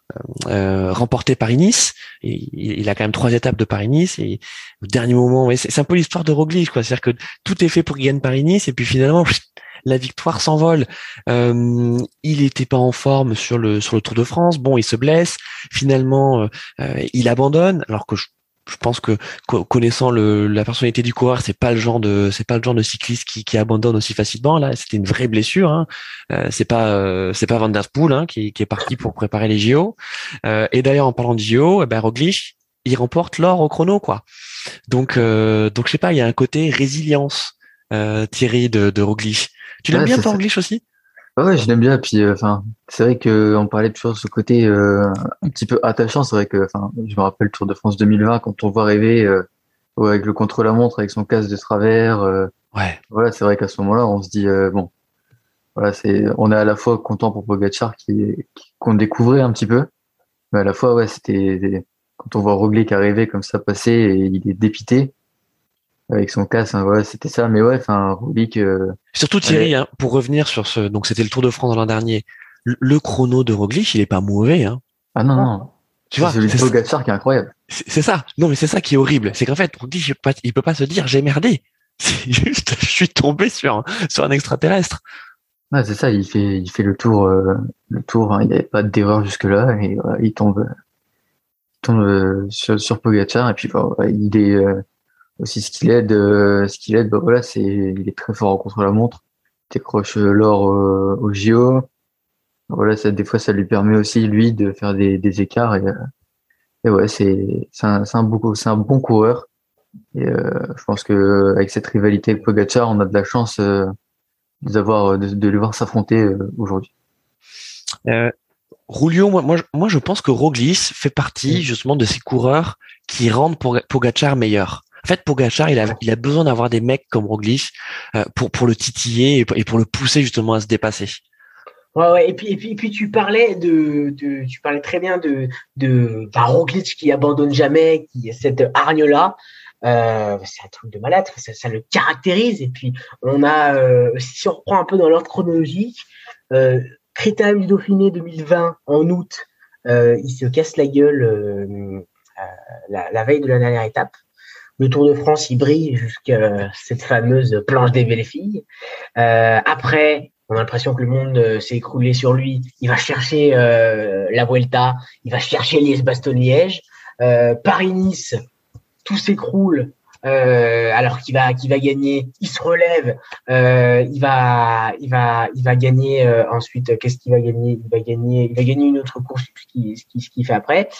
euh, remporter Paris-Nice. Et il a quand même trois étapes de Paris-Nice et au dernier moment, ouais, c'est, c'est un peu l'histoire de Roglic, quoi. C'est-à-dire que tout est fait pour qu'il gagne Paris-Nice et puis finalement la victoire s'envole. Euh, il était pas en forme sur le sur le Tour de France. Bon, il se blesse. Finalement, euh, il abandonne. Alors que je Je pense que connaissant le, la personnalité du coureur, c'est pas le genre de c'est pas le genre de cycliste qui, qui abandonne aussi facilement. Là, c'était une vraie blessure. Hein. Euh, c'est pas euh, c'est pas Van der Poel hein, qui, qui est parti pour préparer les J O. Euh, et d'ailleurs, en parlant de J O, eh ben Roglic, il remporte l'or au chrono, quoi. Donc euh, donc je sais pas, il y a un côté résilience, euh, Thierry de, de Roglic. Tu l'aimes Ouais, bien c'est toi, ça. Roglic aussi? Ouais, je l'aime bien. Puis, enfin, c'est vrai que on parlait toujours de ce côté euh, un petit peu attachant. C'est vrai que, enfin, je me rappelle le Tour de France deux mille vingt quand on le voit rêver euh, ouais, avec le contre-la-montre, avec son casque de travers. Euh, Ouais. voilà, c'est vrai qu'à ce moment-là, on se dit euh, bon, voilà, c'est, on est à la fois content pour Pogacar qui, qui qu'on découvrait un petit peu, mais à la fois, ouais, c'était quand on voit Roglic arriver comme ça passer et il est dépité avec son casque. Hein, voilà, c'était ça. Mais ouais, enfin, Roglic. Euh, Surtout Thierry, hein, pour revenir sur ce, donc c'était le Tour de France de l'an dernier. Le, le chrono de Roglic, il est pas mauvais, hein. Ah non, non. Tu C'est vois, celui de c'est, Pogacar qui est incroyable. c'est, c'est ça. Non, mais c'est ça qui est horrible. C'est qu'en fait, Roglic, il peut pas, il peut pas se dire j'ai merdé. C'est juste, je suis tombé sur un, sur un extraterrestre. Ouais, c'est ça. Il fait, il fait le tour, euh, le tour. Hein, il n'y avait pas d'erreur jusque là et voilà, il tombe, il tombe euh, sur, sur Pogacar et puis voilà, il est euh, aussi ce qu'il aide, euh, ce qu'il aide. Bah voilà, c'est, il est très fort en contre-la-montre. Il décroche euh, l'or euh, au J O. Voilà, ça, des fois, ça lui permet aussi, lui, de faire des, des écarts. Et, euh, et ouais, c'est, c'est un, c'est un bon, c'est un bon coureur. Et euh, je pense que avec cette rivalité avec Pogacar, on a de la chance euh, de, d'avoir, de, de les voir s'affronter euh, aujourd'hui. Euh, Rulio, moi, moi, je- moi, je pense que Roglic fait partie justement de ces coureurs qui rendent Pog- Pogacar meilleur. fait, Pogačar, il a, il a besoin d'avoir des mecs comme Roglic euh, pour pour le titiller et pour, et pour le pousser justement à se dépasser. Ouais, ouais. Et puis, et puis, et puis, tu parlais de, de, tu parlais très bien de, de, d'un Roglic qui abandonne jamais, qui cette hargne-là. Euh, c'est un truc de malade. Ça, ça le caractérise. Et puis, on a, euh, si on reprend un peu dans l'ordre chronologique, euh, Critérium du Dauphiné deux mille vingt en août, euh, il se casse la gueule euh, euh, la, la veille de la dernière étape. Le Tour de France, il brille jusqu'à cette fameuse planche des belles filles. Euh, après, on a l'impression que le monde euh, s'est écroulé sur lui. Il va chercher euh, la Vuelta, il va chercher Liège-Bastogne-Liège. Euh, Paris-Nice, tout s'écroule. Euh, alors qu'il va, qu'il va gagner, il se relève, euh, il va, il va, il va gagner euh, ensuite. Qu'est-ce qu'il va gagner? Il va gagner, il va gagner une autre course. Je sais plus ce qu'il, ce qu'il, ce qu'il fait après.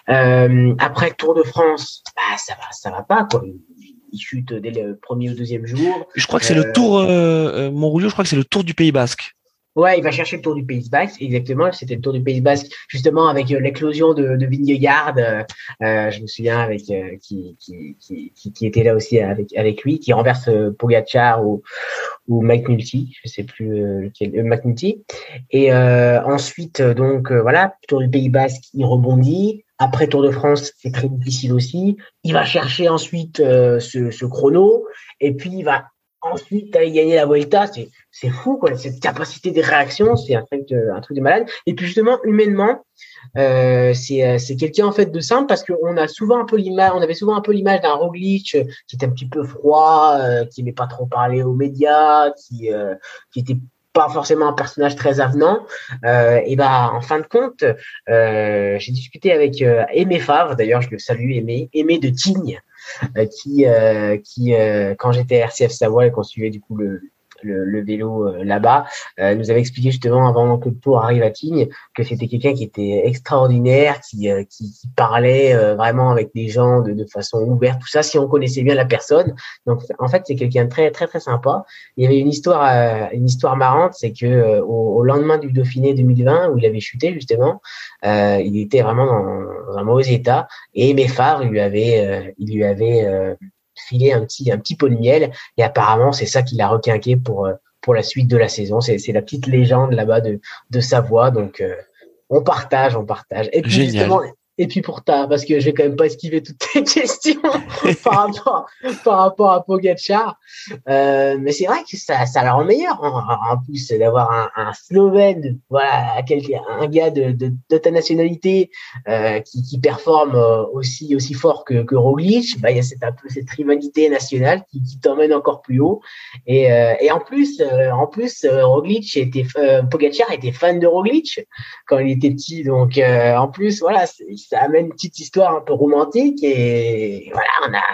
Euh, après le Tour de France, bah ça va, ça va pas quoi. Il chute dès le premier ou deuxième jour. Je crois que c'est Euh, le Tour, euh, euh, Montrouge, je crois que c'est le Tour du Pays Basque. Ouais, il va chercher le Tour du Pays Basque, exactement. C'était le Tour du Pays Basque, justement avec euh, l'éclosion de, de Vingegaard. Euh, euh, je me souviens avec euh, qui, qui, qui, qui, qui était là aussi avec avec lui, qui renverse euh, Pogačar ou ou McNulty, je sais plus euh, lequel, euh, McNulty. Et euh, ensuite, euh, donc euh, voilà, Tour du Pays Basque, il rebondit. Après Tour de France, c'est très difficile aussi. Il va chercher ensuite euh, ce, ce chrono, et puis il va ensuite aller gagner la Vuelta. C'est c'est fou quoi, cette capacité de réaction, c'est un truc de, un truc de malade. Et puis justement, humainement, euh, c'est c'est quelqu'un en fait de simple parce qu'on a souvent un peu l'image, on avait souvent un peu l'image d'un Roglic euh, qui était un petit peu froid, euh, qui n'aimait pas trop parler aux médias, qui euh, qui était pas forcément un personnage très avenant. Euh, et ben en fin de compte, euh, j'ai discuté avec euh, Aimé Favre, d'ailleurs je le salue, Aimé, Aimé de Tignes, euh, qui euh, qui euh, quand j'étais à R C F Savoie et qu'on suivait du coup le le, le vélo euh, là-bas, euh, nous avait expliqué justement avant que le Tour arrive à Tignes que c'était quelqu'un qui était extraordinaire, qui euh, qui, qui parlait euh, vraiment avec des gens de, de façon ouverte, tout ça si on connaissait bien la personne. Donc en fait c'est quelqu'un de très très très sympa. Il y avait une histoire euh, une histoire marrante, c'est que euh, au, au lendemain du Dauphiné deux mille vingt où il avait chuté justement, euh, il était vraiment dans, dans un mauvais état et Aimé Favre il lui avait euh, il lui avait euh, filer un petit un petit pot de miel et apparemment c'est ça qui l'a requinqué pour pour la suite de la saison. C'est c'est la petite légende là-bas de de Savoie. Donc euh, on partage, on partage. Et puis Génial. justement, et puis pour ta, parce que je vais quand même pas esquiver toutes tes questions par rapport par rapport à Pogačar. Euh, mais c'est vrai que ça ça la rend meilleure en, en plus d'avoir un, un Slovène, voilà, quelqu'un, un gars de de, de ta nationalité euh, qui qui performe aussi aussi fort que que Roglic. Bah il y a cette un peu cette rivalité nationale qui qui t'emmène encore plus haut. Et euh, et en plus euh, en plus euh, Roglic était euh, Pogačar était fan de Roglic quand il était petit. Donc euh, en plus voilà, ça amène une petite histoire un peu romantique et voilà, on a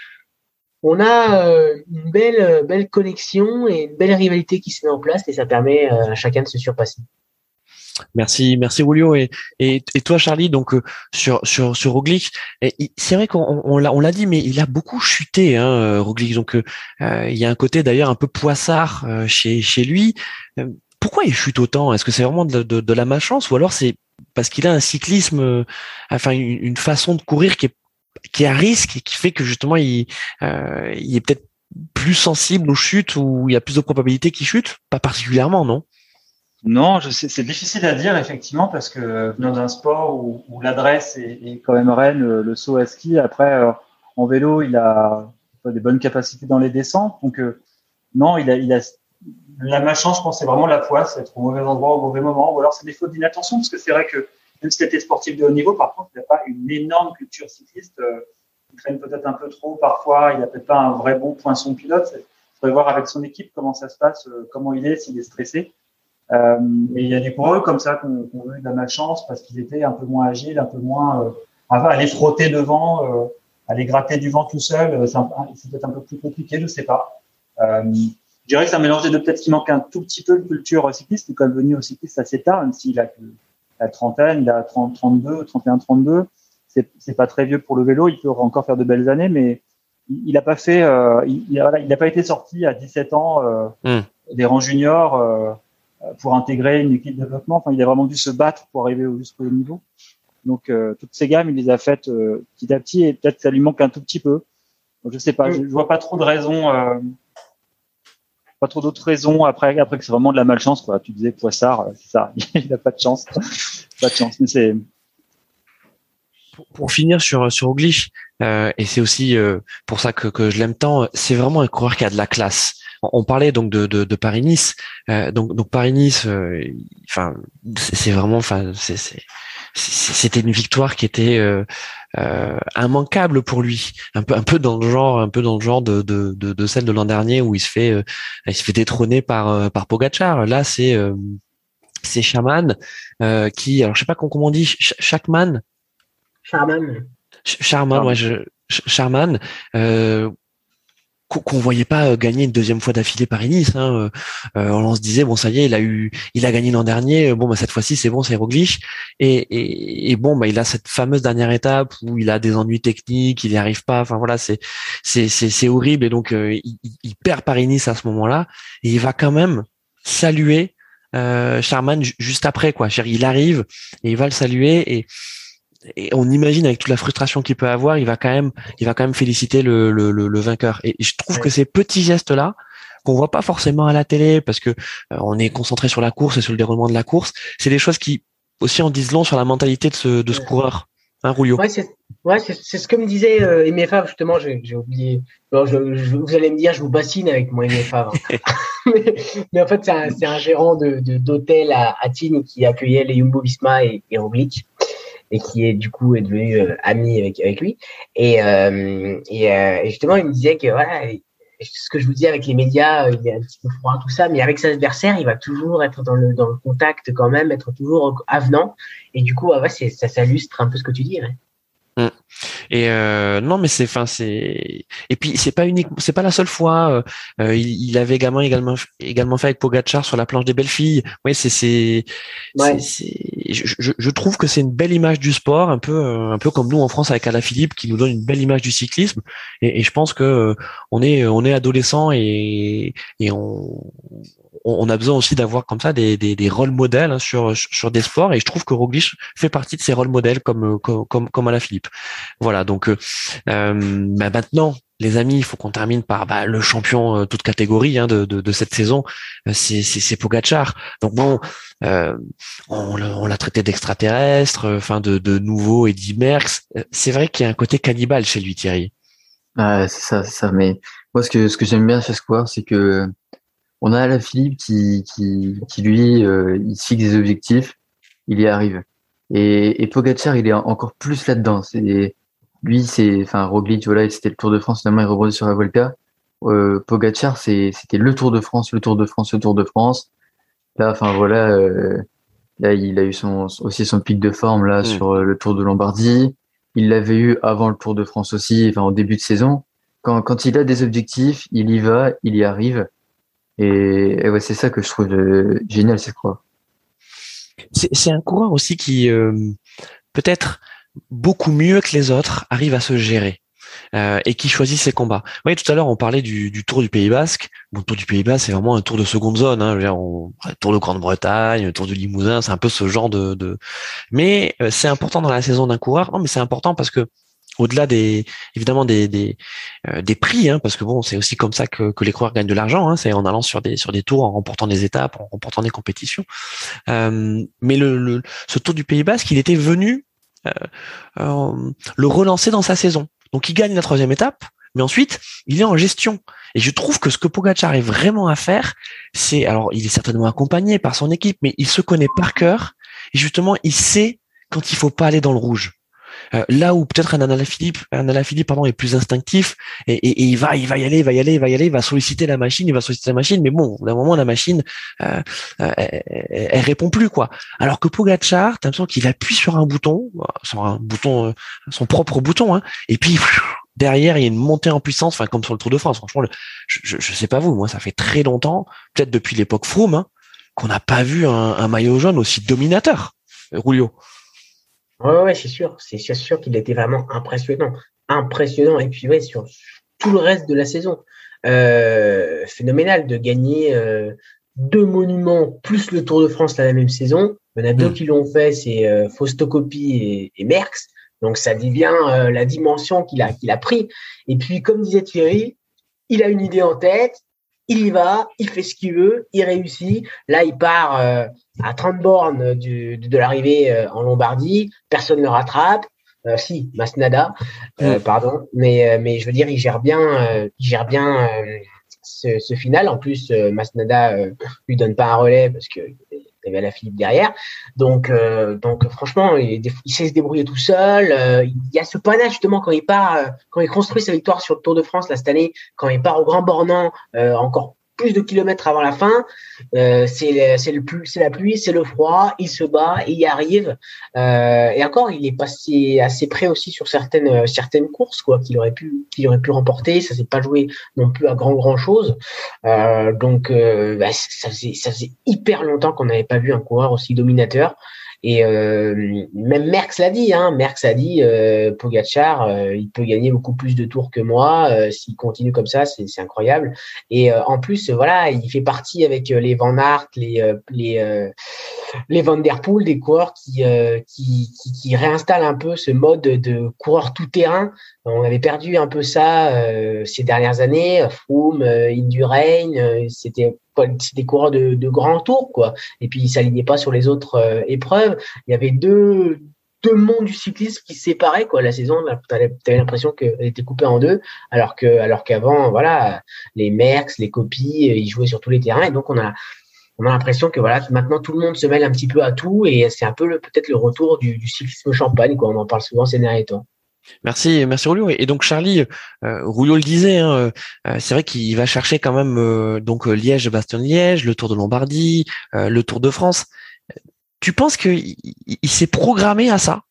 on a euh, une belle belle connexion et une belle rivalité qui se met en place et ça permet euh, à chacun de se surpasser. Merci, merci Julio et et, et toi Charlie. Donc euh, sur sur sur Roglic, et, c'est vrai qu'on on l'a on l'a dit, mais il a beaucoup chuté, hein, Roglic. Donc euh, il y a un côté d'ailleurs un peu poissard euh, chez chez lui. Euh, pourquoi il chute autant? Est-ce que c'est vraiment de, de, de la malchance ou alors c'est parce qu'il a un cyclisme, euh, enfin une, une façon de courir qui est qui est à risque et qui fait que justement il euh, il est peut-être plus sensible aux chutes ou il y a plus de probabilité qu'il chute? Pas particulièrement, non? Non, je sais, c'est difficile à dire effectivement parce que venant d'un sport où, où l'adresse est, est quand même reine, le, le saut à ski. Après, euh, en vélo, il a des bonnes capacités dans les descentes. Donc euh, non, il a, il a la malchance. Je pense c'est vraiment la poisse, être au mauvais endroit au mauvais moment, ou alors c'est des fautes d'inattention parce que c'est vrai que même si c'était sportif de haut niveau, par contre, il n'a pas une énorme culture cycliste. Euh, il traîne peut-être un peu trop parfois. Il n'a peut-être pas un vrai bon poinçon pilote. Il faudrait voir avec son équipe comment ça se passe, euh, comment il est, s'il est stressé. Euh, et il y a des coureurs comme ça qu'on qu'on a eu de la malchance parce qu'ils étaient un peu moins agiles, un peu moins euh, aller frotter devant, euh, aller gratter du vent tout seul. C'est, c'est peut-être un peu plus compliqué, je sais pas. Euh, je dirais que c'est un mélange des deux. Peut-être qu'il manque un tout petit peu de culture cycliste. Il est quand même venu au cycliste assez tard, même s'il a que la trentaine, il a trente, trente-deux, trente et un, trente-deux. C'est, c'est pas très vieux pour le vélo. Il peut encore faire de belles années, mais il n'a pas fait. Euh, il, il, a, il a pas été sorti à dix-sept ans euh, mm. des rangs juniors. Euh, pour intégrer une équipe de développement. Enfin, il a vraiment dû se battre pour arriver jusqu'au haut niveau. Donc, euh, toutes ces gammes, il les a faites euh, petit à petit et peut-être que ça lui manque un tout petit peu. Donc, je sais pas, je, je vois pas trop de raisons, euh, pas trop d'autres raisons après, après que c'est vraiment de la malchance, quoi. Tu disais Poissard, c'est ça, il n'a pas de chance, pas de chance, mais c'est. Pour, pour finir sur sur Roglic, euh, et c'est aussi euh, pour ça que que je l'aime tant, c'est vraiment un coureur qui a de la classe. On, on parlait donc de de, de Paris-Nice, euh, donc donc Paris-Nice, enfin euh, c'est, c'est vraiment, enfin c'est c'est c'était une victoire qui était euh, euh, immanquable pour lui, un peu un peu dans le genre un peu dans le genre de de de, de celle de l'an dernier où il se fait euh, il se fait détrôner par euh, par Pogačar. Là c'est euh, c'est Shaman euh, qui, alors je sais pas comment on dit, Shackman. Charman. Charman, ouais, je, Charman, euh, qu'on voyait pas gagner une deuxième fois d'affilée Paris-Nice. Hein. Euh, on se disait bon, ça y est, il a eu, il a gagné l'an dernier. Bon, bah cette fois-ci, c'est bon, c'est Roglic. Et, et, et bon, bah il a cette fameuse dernière étape où il a des ennuis techniques, il n'y arrive pas. Enfin voilà, c'est, c'est, c'est, c'est horrible. Et donc euh, il, il perd Paris-Nice à ce moment-là, et il va quand même saluer euh, Charman juste après, quoi. Il arrive et il va le saluer et Et on imagine avec toute la frustration qu'il peut avoir, il va quand même, il va quand même féliciter le, le, le, le vainqueur. Et je trouve ouais. que ces petits gestes-là, qu'on voit pas forcément à la télé, parce que euh, on est concentré sur la course et sur le déroulement de la course, c'est des choses qui aussi en disent long sur la mentalité de ce, de ce coureur, hein, Rouillot. Ouais, c'est, ouais, c'est, c'est ce que me disait euh, Aimé Favre, justement. J'ai, j'ai oublié. Alors, je, je, vous allez me dire, je vous bassine avec mon Aimé Favre. mais, mais en fait, c'est un, c'est un gérant de, de d'hôtel à, à Tignes qui accueillait les Jumbo-Visma et, et Roglic, et qui est du coup est devenu euh, ami avec avec lui, et euh, et, euh, et justement il me disait que voilà, ce que je vous dis avec les médias, euh, il est un petit peu froid tout ça, mais avec ses adversaires il va toujours être dans le dans le contact quand même, être toujours avenant, et du coup ouais, c'est ça s'illustre un peu ce que tu dis. Ouais. Mmh. Et euh, non mais c'est enfin c'est et puis c'est pas unique, c'est pas la seule fois euh, il, il avait également également également fait avec Pogačar sur la planche des belles filles. Oui, c'est c'est, ouais. c'est, c'est je, je, je trouve que c'est une belle image du sport, un peu un peu comme nous en France avec Alaphilippe qui nous donne une belle image du cyclisme, et, et je pense que on est on est adolescent et et on on a besoin aussi d'avoir comme ça des des, des rôles modèles hein, sur sur des sports, et je trouve que Roglic fait partie de ces rôles modèles comme comme comme, comme Alaphilippe. Voilà, donc euh, bah maintenant, les amis, il faut qu'on termine par bah, le champion euh, toute catégorie hein, de, de de cette saison, c'est c'est, c'est Pogačar. Donc bon, euh, on, on l'a traité d'extraterrestre, enfin de de nouveau Eddy Merckx. C'est vrai qu'il y a un côté cannibale chez lui, Thierry. Ah, c'est ça, c'est ça. Mais moi, ce que ce que j'aime bien chez ce coureur, c'est que on a Alaphilippe qui qui qui lui, euh, il se fixe des objectifs, il y arrive. Et et Pogačar, il est encore plus là-dedans. C'est lui, c'est, enfin, Roglic, voilà, c'était le Tour de France, finalement, il rebondit sur la Vuelta. Euh, Pogačar, c'est, c'était le Tour de France, le Tour de France, le Tour de France. Là, enfin, voilà, euh, là, il a eu son, aussi son pic de forme, là, mmh. sur le Tour de Lombardie. Il l'avait eu avant le Tour de France aussi, enfin, en début de saison. Quand, quand il a des objectifs, il y va, il y arrive. Et, et ouais, c'est ça que je trouve euh, génial, c'est quoi. C'est, c'est un coureur aussi qui, euh, peut-être, beaucoup mieux que les autres, arrive à se gérer euh, et qui choisit ses combats. Vous voyez, tout à l'heure, on parlait du, du Tour du Pays Basque. Bon, le Tour du Pays Basque, c'est vraiment un tour de seconde zone. Hein. Je veux dire, on, Tour de Grande-Bretagne, le Tour du Limousin, c'est un peu ce genre de... de... Mais euh, c'est important dans la saison d'un coureur. Non, mais c'est important parce que au-delà des, évidemment des des, euh, des prix, hein, parce que bon, c'est aussi comme ça que, que les coureurs gagnent de l'argent. Hein, c'est en allant sur des sur des tours, en remportant des étapes, en remportant des compétitions. Euh, mais le, le ce Tour du Pays Basque, il était venu euh, euh, le relancer dans sa saison. Donc il gagne la troisième étape, mais ensuite il est en gestion. Et je trouve que ce que Pogačar est vraiment à faire, c'est, alors il est certainement accompagné par son équipe, mais il se connaît par cœur et justement il sait quand il faut pas aller dans le rouge. Euh, là où peut-être un Alaphilippe, un Alaphilippe pardon est plus instinctif et, et, et il va, il va y aller, il va y aller, il va y aller, il va solliciter la machine, il va solliciter la machine, mais bon, d'un moment la machine, euh, euh, elle, elle répond plus quoi. Alors que Pogačar, t'as l'impression qu'il appuie sur un bouton, sur un bouton, euh, son propre bouton, hein, et puis derrière il y a une montée en puissance, enfin comme sur le Tour de France. Franchement, le, je, je, je sais pas vous, moi ça fait très longtemps, peut-être depuis l'époque Froome, hein, qu'on n'a pas vu un, un maillot jaune aussi dominateur, Rouillot. Ouais, ouais, c'est sûr. C'est sûr qu'il était vraiment impressionnant. Impressionnant. Et puis, ouais, sur tout le reste de la saison. Euh, phénoménal de gagner euh, deux monuments plus le Tour de France la même saison. Il y en a deux mmh. qui l'ont fait, c'est euh, Fausto Coppi et, et Merckx. Donc ça dit bien euh, la dimension qu'il a, qu'il a pris. Et puis, comme disait Thierry, il a une idée en tête, il y va, il fait ce qu'il veut, il réussit. Là, il part euh, à trente bornes du, de, de l'arrivée euh, en Lombardie, personne ne le rattrape. Euh, si, Masnada, euh, mmh. pardon. Mais, mais je veux dire, il gère bien, euh, il gère bien euh, ce, ce final. En plus, euh, Masnada euh, lui donne pas un relais parce que il y avait Alaphilippe derrière. Donc, euh, donc franchement, il, il sait se débrouiller tout seul. Euh, il y a ce panache justement quand il part, euh, quand il construit sa victoire sur le Tour de France là cette année, quand il part au Grand Bornand, euh, encore plus de kilomètres avant la fin. Euh, c'est, c'est, le plus, c'est la pluie, c'est le froid, il se bat, il y arrive. Euh, et encore, il est passé assez près aussi sur certaines, certaines courses quoi, qu'il aurait pu, qu'il aurait pu remporter. Ça s'est pas joué non plus à grand grand chose. Euh, donc, euh, bah, ça faisait, ça faisait hyper longtemps qu'on n'avait pas vu un coureur aussi dominateur. Et euh, même Merckx l'a dit, hein, Merckx a dit, euh, Pogačar, euh, il peut gagner beaucoup plus de tours que moi euh, s'il continue comme ça, c'est, c'est incroyable. Et euh, en plus, voilà, il fait partie avec les Van Aert, les euh, les euh, les Van der Poel, des coureurs qui, euh, qui qui qui réinstallent un peu ce mode de coureur tout terrain. On avait perdu un peu ça euh, ces dernières années. Froome, euh, Indurain, euh, c'était c'est des coureurs de, de grands tours, quoi. Et puis, ils s'alignaient pas sur les autres euh, épreuves. Il y avait deux, deux mondes du cyclisme qui se séparaient, quoi. La saison, tu avais l'impression qu'elle était coupée en deux, alors que, alors qu'avant, voilà, les Merckx, les Coppi, ils jouaient sur tous les terrains. Et donc, on a, on a l'impression que voilà, maintenant, tout le monde se mêle un petit peu à tout. Et c'est un peu le, peut-être le retour du, du cyclisme champagne, quoi. On en parle souvent ces derniers temps. Merci, merci Rouliot. Et donc Charlie, euh, Rouliot le disait, hein, euh, c'est vrai qu'il va chercher quand même euh, donc Liège-Bastogne-Liège, le Tour de Lombardie, euh, le Tour de France. Tu penses qu'il il s'est programmé à ça?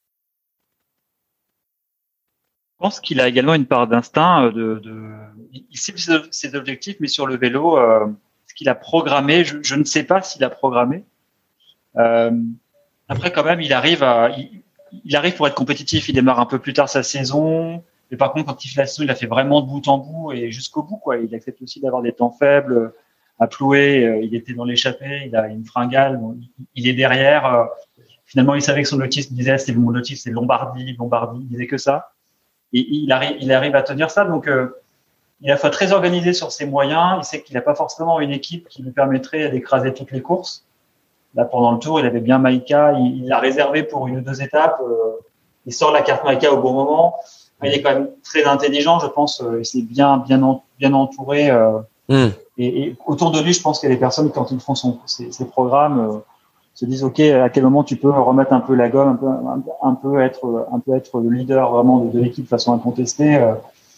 Je pense qu'il a également une part d'instinct. De, de... Il cible ses objectifs, mais sur le vélo, euh, ce qu'il a programmé, je, je ne sais pas s'il a programmé. Euh, après, quand même, il arrive à... Il, Il arrive pour être compétitif, il démarre un peu plus tard sa saison, mais par contre, quand il fait la saison, il a fait vraiment de bout en bout et jusqu'au bout, quoi. Il accepte aussi d'avoir des temps faibles, à Ploué, il était dans l'échappée, il a une fringale, il est derrière. Finalement, il savait que son lotis, il disait, c'est mon lotis, c'est Lombardie, Lombardie, il disait que ça. Et il arrive, il arrive à tenir ça, donc euh, il est à la fois très organisé sur ses moyens, il sait qu'il n'a pas forcément une équipe qui lui permettrait d'écraser toutes les courses. Là, pendant le Tour, il avait bien Maïka, il l'a réservé pour une ou deux étapes. Euh, il sort la carte Maïka au bon moment. Il est quand même très intelligent, je pense. Euh, il s'est bien, bien, en, bien entouré. Euh, mm. et, et autour de lui, je pense qu'il y a des personnes, quand ils font son, ses, ses programmes, euh, se disent, OK, à quel moment tu peux remettre un peu la gomme, un peu, un, un peu être, un peu être le leader vraiment de, de l'équipe de façon incontestée. Euh,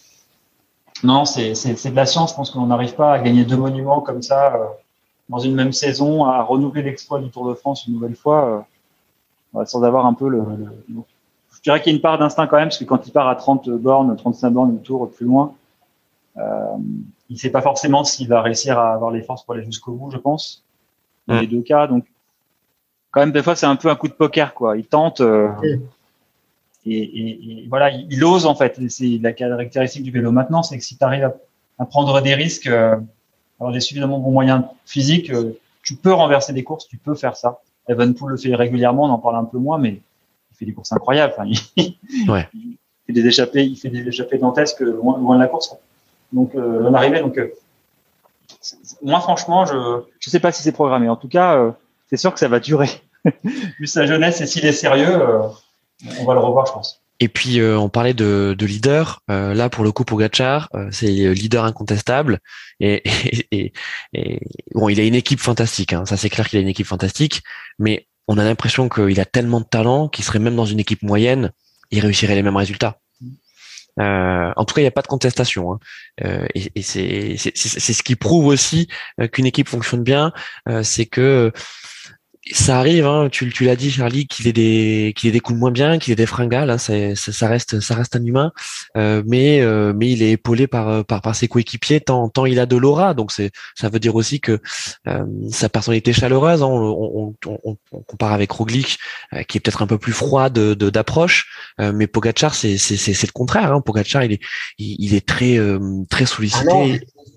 non, c'est, c'est, c'est de la science. Je pense qu'on n'arrive pas à gagner deux monuments comme ça. Euh, dans une même saison, à renouveler l'exploit du Tour de France une nouvelle fois, euh, sans avoir un peu le, le... Je dirais qu'il y a une part d'instinct quand même, parce que quand il part à trente bornes, trente-cinq bornes, le Tour plus loin, euh, il ne sait pas forcément s'il va réussir à avoir les forces pour aller jusqu'au bout, je pense, dans mmh. les deux cas. Donc, quand même, des fois, c'est un peu un coup de poker, quoi. Il tente, euh, mmh. et, et, et voilà, il, il ose, en fait. Et c'est la caractéristique du vélo maintenant, c'est que si tu arrives à, à prendre des risques, euh, avoir des suffisamment bons moyens physiques, euh, tu peux renverser des courses, tu peux faire ça. Evenepoel le fait régulièrement, on en parle un peu moins, mais il fait des courses incroyables. Enfin, il, ouais. il fait des échappées, il fait des échappées dantesques loin, loin de la course. Donc, euh, loin d'arriver. Donc, euh, moi, franchement, je je sais pas si c'est programmé. En tout cas, euh, c'est sûr que ça va durer. Vu sa jeunesse et s'il est sérieux, euh, on va le revoir, je pense. Et puis euh, on parlait de, de leader. Euh, là, pour le coup, Pogačar, euh, c'est leader incontestable. Et, et, et, et bon, il a une équipe fantastique. Hein. Ça, c'est clair qu'il a une équipe fantastique. Mais on a l'impression qu'il a tellement de talent qu'il serait même dans une équipe moyenne, il réussirait les mêmes résultats. Euh, en tout cas, il n'y a pas de contestation. Hein. Euh, et et c'est, c'est, c'est, c'est ce qui prouve aussi euh, qu'une équipe fonctionne bien. Euh, c'est que ça arrive, hein, tu, tu l'as dit, Charlie, qu'il ait des, qu'il ait des coups de moins bien, qu'il ait des fringales, hein, c'est, ça, ça reste, ça reste un humain, euh, mais, euh, mais il est épaulé par, par, par ses coéquipiers tant, tant il a de l'aura. Donc c'est, ça veut dire aussi que euh, sa personnalité chaleureuse, hein, on, on, on, on compare avec Roglic, euh, qui est peut-être un peu plus froid de, de d'approche, euh, mais Pogačar, c'est, c'est, c'est, c'est le contraire. Hein. Pogačar, il est, il, il est très, euh, très sollicité. Ah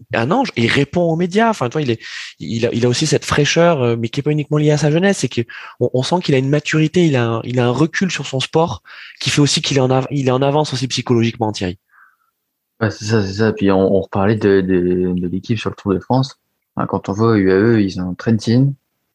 un ange. Et il répond aux médias. Enfin, toi, il est, il a, il a aussi cette fraîcheur, mais qui est pas uniquement liée à sa jeunesse. C'est que on, on sent qu'il a une maturité, il a, un, il a un recul sur son sport, qui fait aussi qu'il est en, av- il est en avance aussi psychologiquement, Thierry. Ouais, c'est ça, c'est ça. Puis on, on reparlait de, de, de l'équipe sur le Tour de France. Hein, quand on voit U A E, ils ont Trentin,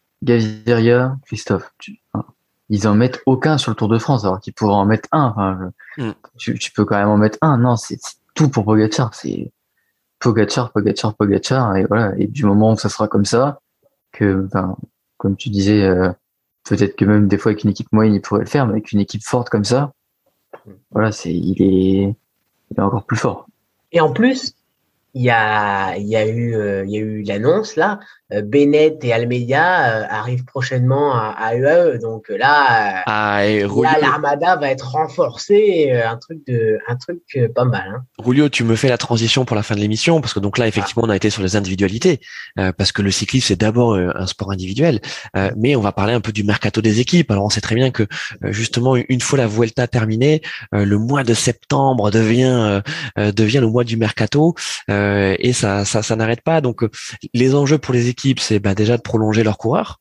Gaviria, Christophe. Tu- hein, ils en mettent aucun sur le Tour de France, alors qu'ils pourraient en mettre un. Enfin, Mm. tu, tu peux quand même en mettre un. Non, c'est c'est tout pour Pogacar. C'est Pogacar, Pogacar, Pogacar. Et voilà. Et du moment où ça sera comme ça, que, ben, comme tu disais, euh, peut-être que même des fois avec une équipe moyenne, il pourrait le faire, mais avec une équipe forte comme ça, voilà, c'est, il est, il est encore plus fort. Et en plus, il y a, il y a eu, euh, il y a eu l'annonce là. euh, Bennett et Almeida euh, arrivent prochainement à, à U A E. Donc euh, là, euh, Ah, et là, Rulio, l'armada va être renforcée. euh, un truc de, un truc euh, pas mal. Hein. Rulio, tu me fais la transition pour la fin de l'émission, parce que donc là, effectivement, on a été sur les individualités, euh, parce que le cyclisme, c'est d'abord euh, un sport individuel, euh, mais on va parler un peu du mercato des équipes. Alors, on sait très bien que, euh, justement, une fois la Vuelta terminée, euh, le mois de septembre devient euh, euh, devient le mois du mercato, euh, et ça ça, ça n'arrête pas. Donc, euh, les enjeux pour les équipes, c'est bah, déjà de prolonger leurs coureurs.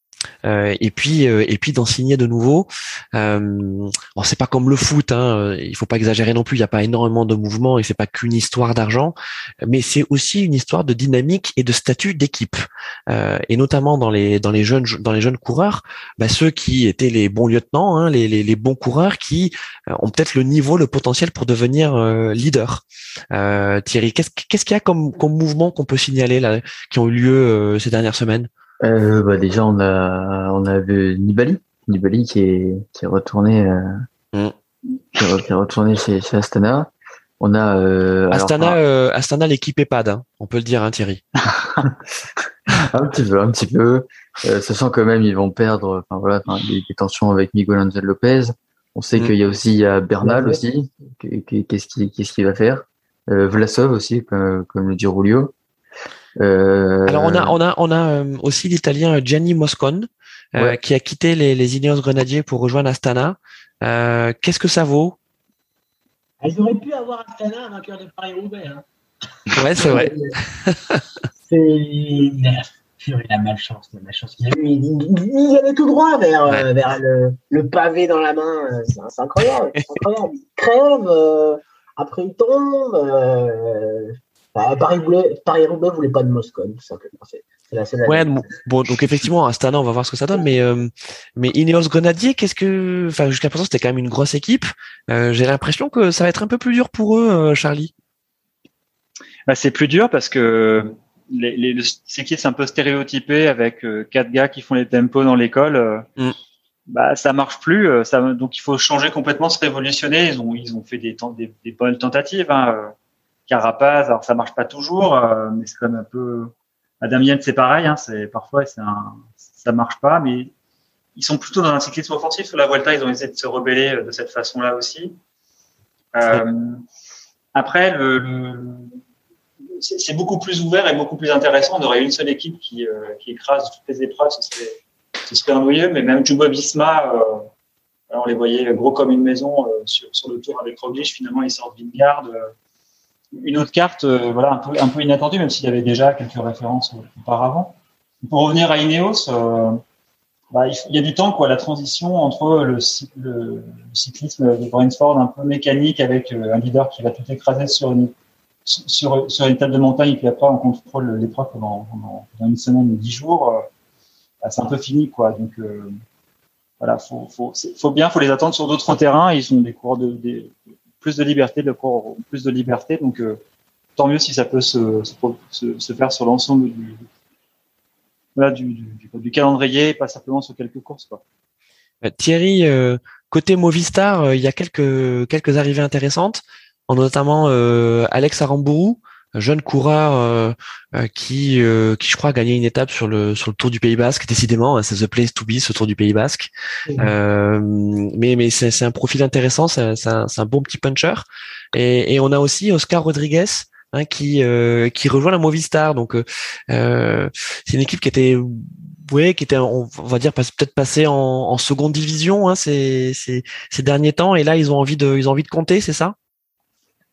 Euh, et puis euh, et puis d'en signer de nouveaux. Euh, bon, c'est pas comme le foot, hein, il faut pas exagérer non plus. Il y a pas énormément de mouvements et c'est pas qu'une histoire d'argent, mais c'est aussi une histoire de dynamique et de statut d'équipe. Euh, et notamment dans les dans les jeunes dans les jeunes coureurs, bah, ceux qui étaient les bons lieutenants, hein, les, les les bons coureurs qui euh, ont peut-être le niveau, le potentiel pour devenir euh, leader. Euh, Thierry, qu'est-ce qu'est-ce qu'il y a comme comme mouvement qu'on peut signaler là, qui ont eu lieu euh, ces dernières semaines? Euh, bah déjà on a on a vu Nibali, Nibali qui est qui est retourné euh, Mm. qui est, qui est retourné chez, chez Astana. On a euh, Astana, alors, euh, Astana, l'équipe EHPAD, hein, on peut le dire, hein, Thierry. un petit peu, un petit peu, euh, sachant que même ils vont perdre. Enfin voilà, enfin, des, des tensions avec Miguel Angel Lopez. On sait Mm. qu'il y a aussi il y a Bernal Ouais. aussi. Qu'est-ce qu'il qu'est-ce qu'il va faire? Euh, Vlasov aussi, comme, comme le dit Rulio. Euh, Alors on a, on a, on a euh, aussi l'Italien Gianni Moscon euh, ouais. qui a quitté les, les Ineos Grenadiers pour rejoindre Astana. Euh, qu'est-ce que ça vaut? Ils auraient pu avoir Astana, vainqueur de Paris-Roubaix. Hein. Ouais, c'est vrai. C'est il a la malchance, la malchance qu'il a eu. Il, il, il allait tout droit vers, Ouais. euh, vers le, le pavé dans la main. C'est, c'est incroyable, c'est incroyable. Il crève, euh, après il tombe. Euh, bah, Paris-Roubaix Paris ne voulait pas de Moscone, tout simplement. C'est, c'est la seule Ouais, année. bon, bon, donc effectivement, Astana, on va voir ce que ça donne, mais euh, mais Ineos Grenadier, qu'est-ce que, enfin jusqu'à présent, c'était quand même une grosse équipe. Euh, j'ai l'impression que ça va être un peu plus dur pour eux, euh, Charlie. Bah, c'est plus dur parce que les, les, le cyclisme c'est un peu stéréotypé avec euh, quatre gars qui font les tempos dans l'école. Euh, Mm. Bah, ça marche plus. euh, Ça, donc il faut changer complètement, se révolutionner. Ils ont, ils ont fait des, des, des bonnes tentatives. Hein. euh, Carapaz, alors ça marche pas toujours, euh, mais c'est quand même un peu. Adam Yates, c'est pareil. Hein, c'est parfois c'est un, ça marche pas, mais ils sont plutôt dans un cyclisme offensif. Sur la Vuelta, ils ont essayé de se rebeller de cette façon-là aussi. Euh, après, le, le c'est, c'est beaucoup plus ouvert et beaucoup plus intéressant. On aurait une seule équipe qui, euh, qui écrase toutes les épreuves, ce serait, ce serait ennuyeux. Mais même Jumbo-Visma, euh, on les voyait gros comme une maison euh, sur, sur le tour avec Roglic. Finalement, ils sortent Vingegaard. Euh, une autre carte, euh, voilà, un peu, un peu inattendue, même s'il y avait déjà quelques références auparavant. Pour revenir à Ineos, euh, bah, il y a du temps, quoi, la transition entre le, le, le cyclisme de Bransford un peu mécanique avec euh, un leader qui va tout écraser sur une sur, sur une étape de montagne et puis après on contrôle l'épreuve pendant, pendant, pendant une semaine ou dix jours, euh, bah, c'est un peu fini, quoi. Donc euh, voilà, faut, faut, faut bien, faut les attendre sur d'autres terrains. Ils ont des cours de, des, plus de liberté, de cours, plus de liberté. Donc euh, tant mieux si ça peut se, se, se faire sur l'ensemble du, voilà, du, du, du calendrier, pas simplement sur quelques courses, quoi. Thierry, euh, côté Movistar, euh, il y a quelques quelques arrivées intéressantes, notamment euh, Alex Aramburu, jeune coureur euh, euh, qui euh, qui je crois a gagné une étape sur le sur le Tour du Pays Basque. Décidément, c'est the place to be, ce Tour du Pays Basque. Mmh. Euh, mais mais c'est c'est un profil intéressant, c'est c'est un, c'est un bon petit puncher. Et, et on a aussi Oscar Rodriguez, hein, qui euh, qui rejoint la Movistar. Donc euh, c'est une équipe qui était ouais, qui était, on va dire, peut-être passé en, en seconde division, hein, ces, ces, ces derniers temps, et là ils ont envie de, ils ont envie de compter, c'est ça?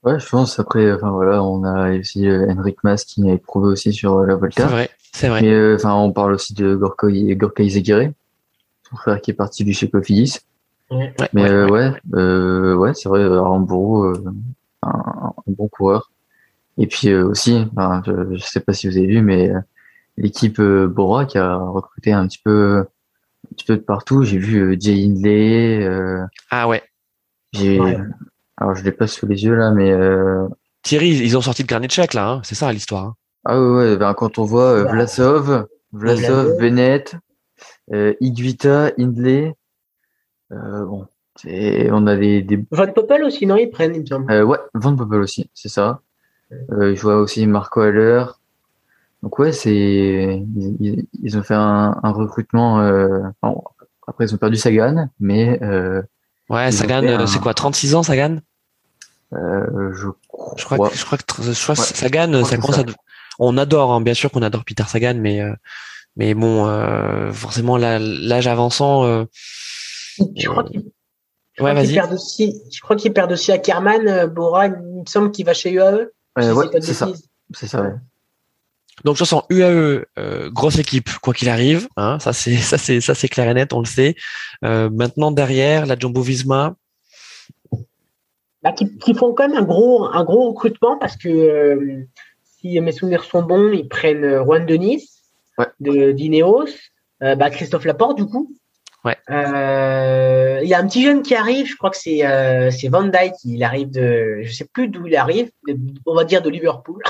Ouais, je pense. Après, enfin voilà, on a aussi euh, Enric Mas qui est prouvé aussi sur euh, la C'est Volta. vrai, c'est vrai. Mais euh, enfin, on parle aussi de Gorka, Gorka Izagirre, son frère qui est parti du chez Cofidis. Ouais. Ouais, Mais ouais, euh, ouais. ouais, euh, ouais, c'est vrai, Aramburu, euh, un, un bon coureur. Et puis euh, aussi, enfin, je, je sais pas si vous avez vu, mais euh, l'équipe euh, Bora qui a recruté un petit peu, un petit peu de partout. J'ai vu euh, Jay Hindley, euh, Ah ouais. j'ai, Ouais. alors je l'ai pas sous les yeux là, mais euh, Thierry, ils ont sorti le carnet de chèques là, hein. C'est ça l'histoire, hein. ah ouais, ouais, ben, quand on voit euh, Bah, Vlasov, Mm. Vlasov, Bennett, euh, Higuita, Hindley, euh, bon, c'est, on a des, des, Van Poppel aussi, non, ils prennent, il me semble. euh, ouais, Van Poppel aussi, c'est ça. Euh, je vois aussi Marco Haller. Donc ouais, c'est ils, ils- ils ont fait un, un recrutement. Euh, bon, après, ils ont perdu Sagan, mais euh, Ouais, ils ont Sagan, fait euh, c'est un. quoi, trente-six ans, Sagan? Euh, je Je crois que, crois. je crois que, je crois que Ouais, Sagan, je euh, crois ça que c'est commence à, ça. de- on adore, hein, bien sûr qu'on adore Peter Sagan, mais, euh, mais bon, euh, forcément, la- l'âge avançant, euh, Je crois qu'ils je ouais, crois qu'ils vas-y. perdent aussi, je crois qu'ils perdent aussi à Kerman, euh, Bora, il me semble qu'il va chez U A E, Euh, si ouais, c'est pas de c'est ça. bêtises. C'est ça. Ouais. Donc, je sens U A E, euh, grosse équipe, quoi qu'il arrive, hein, ça c'est, ça c'est, ça c'est clair et net, on le sait. Euh, maintenant, derrière, la Jumbo-Visma, Bah, qui, qui font quand même un gros, un gros recrutement parce que euh, si mes souvenirs sont bons, ils prennent euh, Juan Denis Ouais. de d'Ineos, euh, bah, Christophe Laporte du coup. ouais, Euh, Il y a un petit jeune qui arrive, je crois que c'est euh, c'est Van Dijk, il arrive de, je sais plus d'où il arrive, de- on va dire de Liverpool.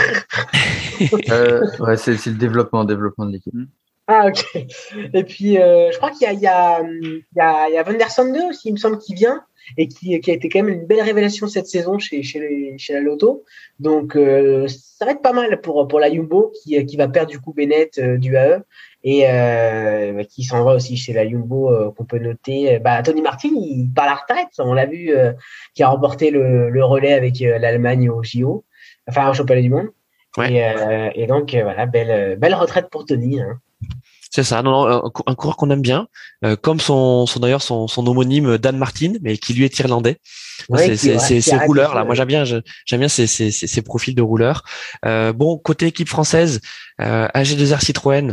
Euh, ouais, c'est c'est le développement, développement de l'équipe. Ah ok. Et puis euh, je crois qu'il y a il y a il y a, il y a Van der Sande aussi, il me semble, qui vient et qui, qui a été quand même une belle révélation cette saison chez chez, les, chez la Lotto. Donc euh, ça va être pas mal pour pour la Jumbo qui qui va perdre du coup Bennett euh, du A E et euh, qui s'en va aussi chez la Jumbo euh, qu'on peut noter. Bah Tony Martin, il part à la retraite, on l'a vu, euh, qui a remporté le, le relais avec euh, l'Allemagne au J O, enfin au championnat du monde. ouais. Et, euh, et donc euh, voilà, belle belle retraite pour Tony. Hein. C'est ça, non, non, un, cou- un coureur qu'on aime bien, euh, comme son, son d'ailleurs son, son homonyme Dan Martin, mais qui lui est irlandais. Moi, Ouais, c'est qui, c'est ouais, c'est qui ces arrête rouleurs aussi. là. Moi, Ouais. j'aime bien, je- j'aime bien ces, ces, ces, ces profils de rouleurs. Euh, bon, côté équipe française, euh, A G deux R Citroën.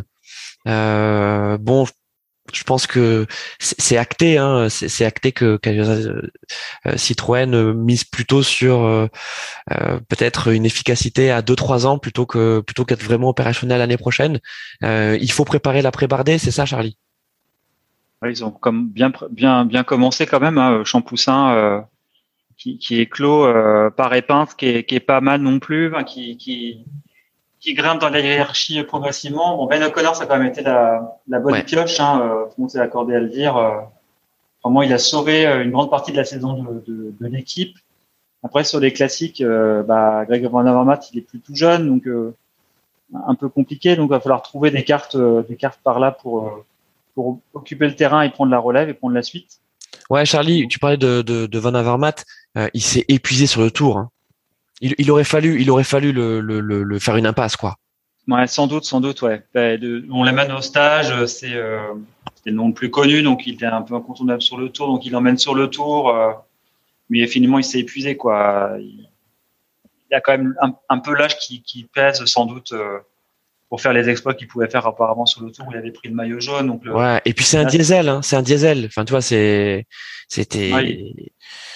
Euh, bon, je pense que c'est c'est acté, hein, c'est c'est acté que, que euh, Citroën euh, mise plutôt sur euh, euh, peut-être une efficacité à deux trois ans plutôt que plutôt qu'être vraiment opérationnel l'année prochaine. Euh, il faut préparer l'après-Bardet, c'est ça, Charlie? Ouais, ils ont comme bien bien bien commencé quand même, hein, Champoussin euh, qui, qui est clos euh, par Épintre, qui est, qui est pas mal non plus, hein, qui, qui qui grimpe dans la hiérarchie progressivement. Bon, Ben O'Connor, ça a quand même été la, la bonne Ouais. pioche, hein, euh, tout le monde s'est accordé à le dire. Euh, vraiment, il a sauvé euh, une grande partie de la saison de, de, de l'équipe. Après, sur les classiques, euh, bah, Greg Van Avermaet, il est plus tout jeune, donc euh, un peu compliqué. Donc, il va falloir trouver des cartes, euh, des cartes par là pour euh, pour occuper le terrain et prendre la relève et prendre la suite. Ouais, Charlie, tu parlais de, de, de Van Avermaet, euh, il s'est épuisé sur le tour, hein. Il, il aurait fallu, il aurait fallu le, le, le, le faire une impasse, quoi. Ouais, sans doute, sans doute, ouais. Bah, de, on l'amène au stage, c'est euh, c'est le nom le plus connu, donc il était un peu incontournable sur le tour, donc il l'emmène sur le tour, euh, mais finalement il s'est épuisé, quoi. Il, il a quand même un, un peu l'âge qui, qui pèse sans doute euh, pour faire les exploits qu'il pouvait faire auparavant sur le tour où il avait pris le maillot jaune. Donc le, Ouais. Et puis c'est un là, diesel, hein. C'est un diesel. Enfin, tu vois, c'est, c'était. ouais, il,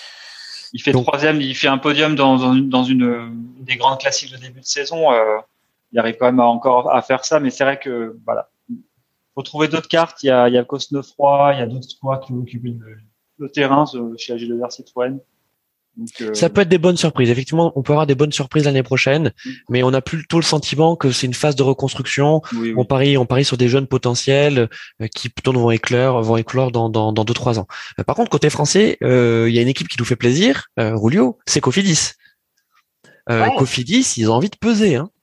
il fait Donc, troisième, il fait un podium dans, dans, une, dans une, une des grandes classiques de début de saison. Euh, il arrive quand même à, encore à faire ça, mais c'est vrai que voilà, faut trouver d'autres cartes. Il y a, il y a Cosnefroy, il y a d'autres coureurs qui vont occuper le, le terrain chez A G deux R Citroën. Donc, euh, ça peut être des bonnes surprises. Effectivement, on peut avoir des bonnes surprises l'année prochaine, mais on a plutôt le sentiment que c'est une phase de reconstruction. oui, On oui. parie, on parie sur des jeunes potentiels euh, qui plutôt vont éclore, vont éclore dans dans dans deux trois ans. Euh, par contre, côté français, euh, il y a une équipe qui nous fait plaisir, euh, Rulio, c'est Cofidis. Euh, Ouais. Cofidis, ils ont envie de peser, hein.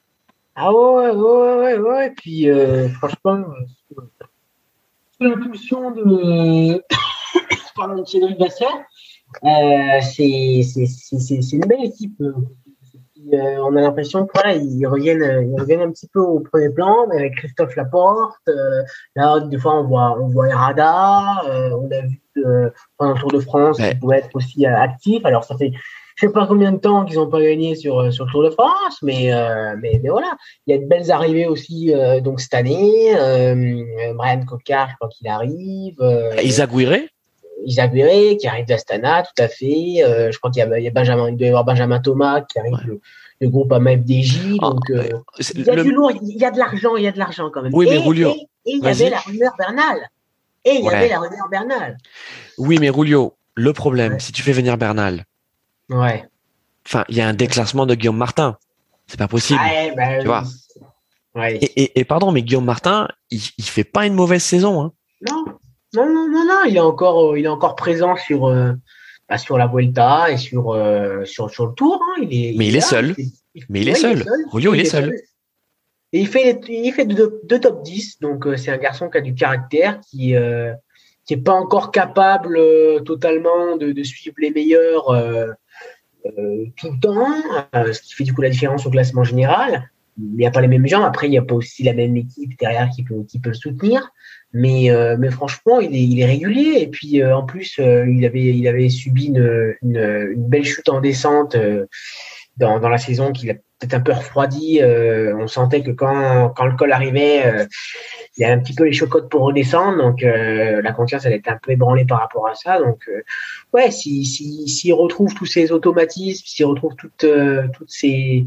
Ah ouais, ouais, ouais, ouais, ouais. Et puis euh, franchement, euh, sous sous l'impulsion de pardon, de Cédric Vasseur, euh, c'est c'est c'est c'est c'est une belle équipe. euh, puis euh, on a l'impression que voilà, ils reviennent, ils reviennent un petit peu au premier plan, mais avec Christophe Laporte. Euh, là, des fois, on voit, on voit Herrada. Euh, on a vu euh, pendant le Tour de France Ouais. qu'il pouvait être aussi euh, actif. Alors, ça fait, je sais pas combien de temps qu'ils n'ont pas gagné sur sur le Tour de France, mais euh, mais mais voilà, il y a de belles arrivées aussi euh, donc cette année. Euh, Brian Cocard, je crois qu'il arrive. Euh, Isaac Guiré. Isaac Guéré qui arrive d'Astana, tout à fait. Euh, je crois qu'il y a, il y a Benjamin, il doit y avoir Benjamin Thomas qui arrive Ouais. le, le groupe A M F D J. Ah, Donc, euh, c'est il y a le- du lourd, il y a de l'argent, il y a de l'argent quand même. Oui, mais et, Rulio, et, et il y vas-y. avait la rumeur Bernal. Et il y Ouais. avait la rumeur Bernal. Oui, mais Rulio, le problème, Ouais. si tu fais venir Bernal, Ouais. enfin, il y a un déclassement de Guillaume Martin. C'est pas possible. Ouais, bah, Tu vois. Ouais. Et, et, et pardon, mais Guillaume Martin, il, il fait pas une mauvaise saison. Hein. Non, non, non, non, non, il est encore, euh, il est encore présent sur, euh, bah, sur la Vuelta et sur, euh, sur, sur le Tour. Hein. Il est, Mais il est là, seul. il fait- Mais il est ouais, seul. Rulio, il est seul. Et il fait, il fait deux, deux top dix, donc euh, c'est un garçon qui a du caractère, qui euh, qui est pas encore capable euh, totalement de, de suivre les meilleurs euh, euh, tout le temps, euh, ce qui fait du coup la différence au classement général. Il n'y a pas les mêmes gens. Après, il n'y a pas aussi la même équipe derrière qui peut qui peut le soutenir. Mais euh, mais franchement, il est il est régulier. Et puis euh, en plus, euh, il avait il avait subi une une, une belle chute en descente euh, dans dans la saison qu'il a peut-être un peu refroidi. Euh, on sentait que quand quand le col arrivait, euh, il y a un petit peu les chocottes pour redescendre. Donc euh, la confiance, elle était un peu ébranlée par rapport à ça. Donc euh, ouais, si si s'il retrouve tous ses automatismes, s'il retrouve toutes euh, toutes ses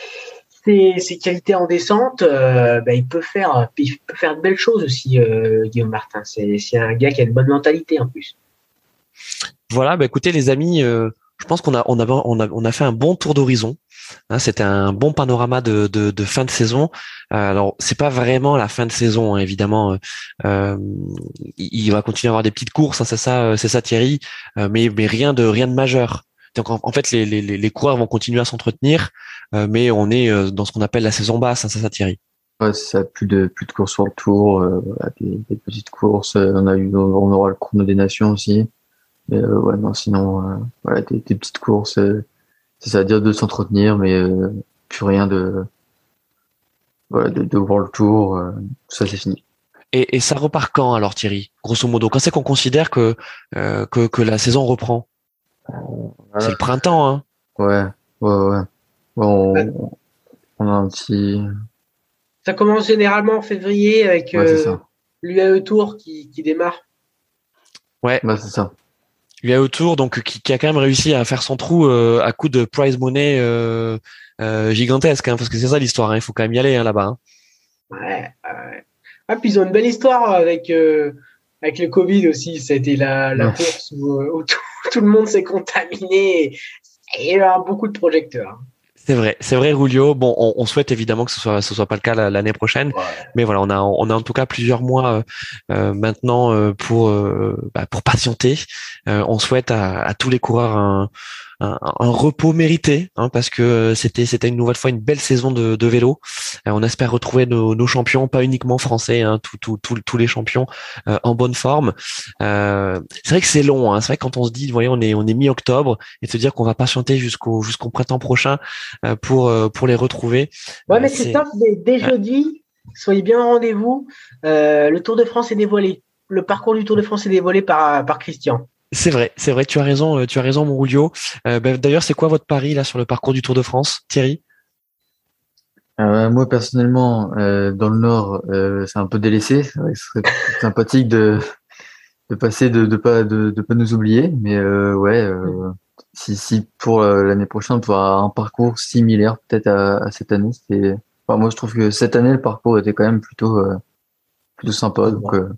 ses, ses qualités en descente, euh, bah, il peut faire, il peut faire de belles choses aussi, euh, Guillaume Martin. C'est, c'est un gars qui a une bonne mentalité en plus. Voilà, bah écoutez les amis, euh, je pense qu'on a on a on a on a fait un bon tour d'horizon. Hein, c'était un bon panorama de, de, de fin de saison. Euh, alors c'est pas vraiment la fin de saison, hein, évidemment. Euh, il, il va continuer à avoir des petites courses, hein, c'est ça, c'est ça Thierry, euh, mais mais rien de rien de majeur. Donc en, en fait les, les les coureurs vont continuer à s'entretenir, euh, mais on est euh, dans ce qu'on appelle la saison basse, hein, c'est ça Thierry. Ouais, c'est ça, plus de plus de courses sur le Tour, euh, voilà, des, des petites courses. Euh, on a eu, on aura le Chrono des Nations aussi. Mais euh, ouais, non, sinon, euh, voilà, des, des petites courses. Euh, c'est ça à dire de s'entretenir, mais euh, plus rien de voilà de, de World Tour. Euh, tout ça, c'est fini. Et, et ça repart quand alors Thierry, grosso modo? Quand c'est qu'on considère que euh, que que la saison reprend? Voilà. C'est le printemps, hein. Ouais, ouais, ouais. Ouais, on, on a un petit. Ça commence généralement en février avec Ouais, c'est euh, ça. l'U A E Tour qui, qui démarre. Ouais. Ouais, c'est ça. Lui a autour, donc qui, qui a quand même réussi à faire son trou euh, à coup de prize money euh, euh, gigantesque, hein, parce que c'est ça l'histoire. Hein, il faut quand même y aller hein, là-bas. Hein. Ouais, ouais. Ah, puis ils ont une belle histoire avec euh, avec le Covid aussi. Ça a été la, la Ouais. course où, où tout, tout le monde s'est contaminé et il y a beaucoup de projecteurs. C'est vrai, c'est vrai, Rulio. Bon, on, on souhaite évidemment que ce soit, ce soit pas le cas la- l'année prochaine, Ouais. mais voilà, on a, on a en tout cas plusieurs mois euh, euh, maintenant euh, pour, euh, bah, pour patienter. Euh, on souhaite à, à tous les coureurs un, un, un repos mérité, hein, parce que c'était, c'était une nouvelle fois une belle saison de, de vélo. Euh, on espère retrouver nos, nos champions, pas uniquement français, hein, tous, tous, tous, tous les champions euh, en bonne forme. Euh, c'est vrai que c'est long, hein, c'est vrai que quand on se dit, vous voyez, on est, on est mi-octobre, et de se dire qu'on va patienter jusqu'au, jusqu'au printemps prochain. Euh, pour euh, pour les retrouver. Ouais, mais Euh, c'est- Christophe, dès, dès jeudi, soyez bien au rendez-vous. Euh, le Tour de France est dévoilé. Le parcours du Tour de France est dévoilé par, par Christian. C'est vrai, c'est vrai, tu as raison, euh, tu as raison, mon Rulio. Euh, ben, d'ailleurs, c'est quoi votre pari là sur le parcours du Tour de France, Thierry? Euh, moi personnellement, euh, dans le Nord, euh, c'est un peu délaissé. C'est vrai que ce serait sympathique de de passer de de pas de, de pas nous oublier, mais euh, ouais. Euh, si si pour euh, l'année prochaine on peut avoir un parcours similaire peut-être à, à cette année, c'était. Enfin, moi je trouve que cette année le parcours était quand même plutôt euh, plutôt sympa. Donc euh,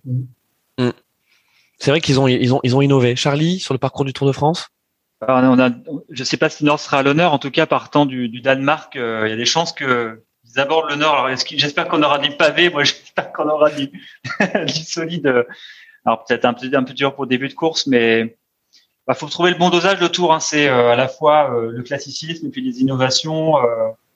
C'est vrai qu'ils ont ils ont ils ont innové. Charlie, sur le parcours du Tour de France? Alors, on a, je sais pas si le Nord sera à l'honneur. En tout cas, partant du, du Danemark, euh, il y a des chances que ils abordent le Nord. Alors, est-ce que, j'espère qu'on aura du pavé. Moi, j'espère qu'on aura du, du solide. Alors, peut-être un peu, un peu dur pour début de course, mais bah, faut trouver le bon dosage de Tour. Hein. C'est euh, à la fois euh, le classicisme et puis les innovations. Euh,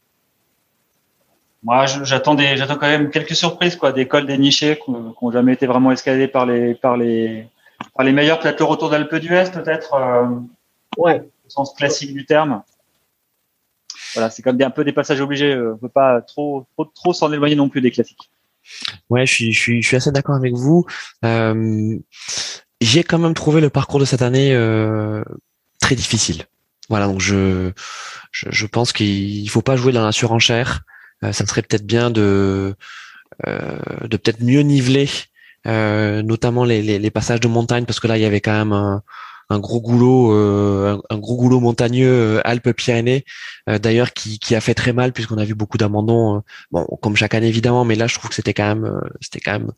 moi, je, j'attends des, j'attends quand même quelques surprises, quoi, des cols dénichés qui n'ont jamais été vraiment escaladés par les, par les, par les meilleurs. Peut-être le retour d'Alpe d'Huez, peut-être. Euh, Ouais. au sens classique du terme. voilà, c'est comme des, un peu des passages obligés. On peut pas trop, trop, trop s'en éloigner non plus des classiques. Ouais, je suis, je suis, je suis assez d'accord avec vous. Euh, j'ai quand même trouvé le parcours de cette année euh, très difficile. Voilà, donc je, je, je pense qu'il faut pas jouer dans la surenchère. Euh, ça serait peut-être bien de, euh, de peut-être mieux niveler, euh, notamment les, les, les passages de montagne, parce que là il y avait quand même un, un gros goulot, euh, un, un gros goulot montagneux euh, Alpes-Pyrénées, euh, d'ailleurs qui, qui a fait très mal puisqu'on a vu beaucoup d'abandons, euh, bon comme chaque année évidemment, mais là je trouve que c'était quand même, euh, c'était quand même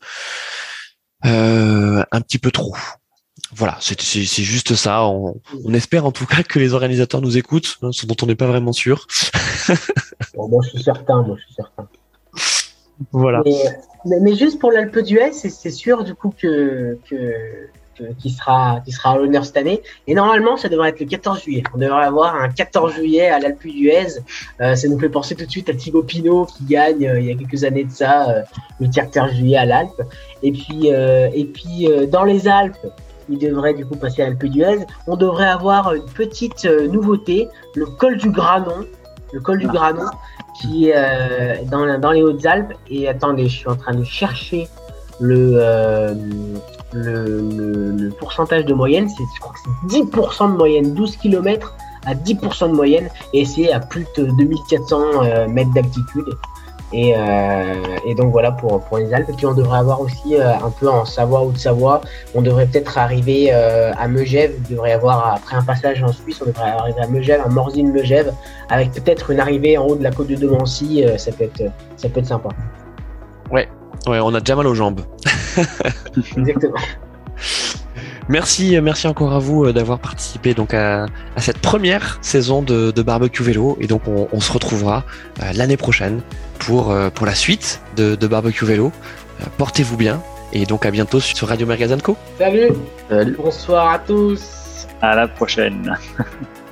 euh, un petit peu trop. Voilà, c'est, c'est, c'est juste ça. On, on espère en tout cas que les organisateurs nous écoutent, hein, ce dont on n'est pas vraiment sûr. Bon, moi je suis certain, moi je suis certain. Voilà. Mais, mais, mais juste pour l'Alpe d'Huez, c'est, c'est sûr du coup que, que, que qui sera qui sera à l'honneur cette année. Et normalement, ça devrait être le quatorze juillet. On devrait avoir un quatorze juillet à l'Alpe d'Huez. Euh, ça nous fait penser tout de suite à Thibaut Pinot qui gagne euh, il y a quelques années de ça euh, le quatorze juillet à l'Alpe. Et puis euh, et puis euh, dans les Alpes, il devrait du coup passer à l'Alpe d'Huez. On devrait avoir une petite euh, nouveauté, le col du Granon. Le col du Granon qui est euh, dans, dans les Hautes-Alpes. Et attendez, je suis en train de chercher le, euh, le, le, le pourcentage de moyenne. C'est, je crois que c'est dix pour cent de moyenne, douze kilomètres à dix pour cent de moyenne. Et c'est à plus de deux mille quatre cents euh, mètres d'altitude. Et, euh, et donc voilà pour, pour les Alpes. Et puis on devrait avoir aussi euh, un peu en Savoie, Haute-Savoie, on devrait peut-être arriver euh, à Megève, on devrait avoir, après un passage en Suisse, on devrait arriver à Megève, à Morzine-Megève, avec peut-être une arrivée en haut de la côte de Domancy, euh, ça peut être, ça peut être sympa. Ouais, ouais, on a déjà mal aux jambes. Exactement. Merci, merci encore à vous d'avoir participé donc à, à cette première saison de, de Barbecue Vélo, et donc on, on se retrouvera euh, l'année prochaine pour euh, pour la suite de, de Barbecue Vélo. Euh, portez-vous bien et donc à bientôt sur Radio Merguez and Co. Salut. Salut. Bonsoir à tous. À la prochaine.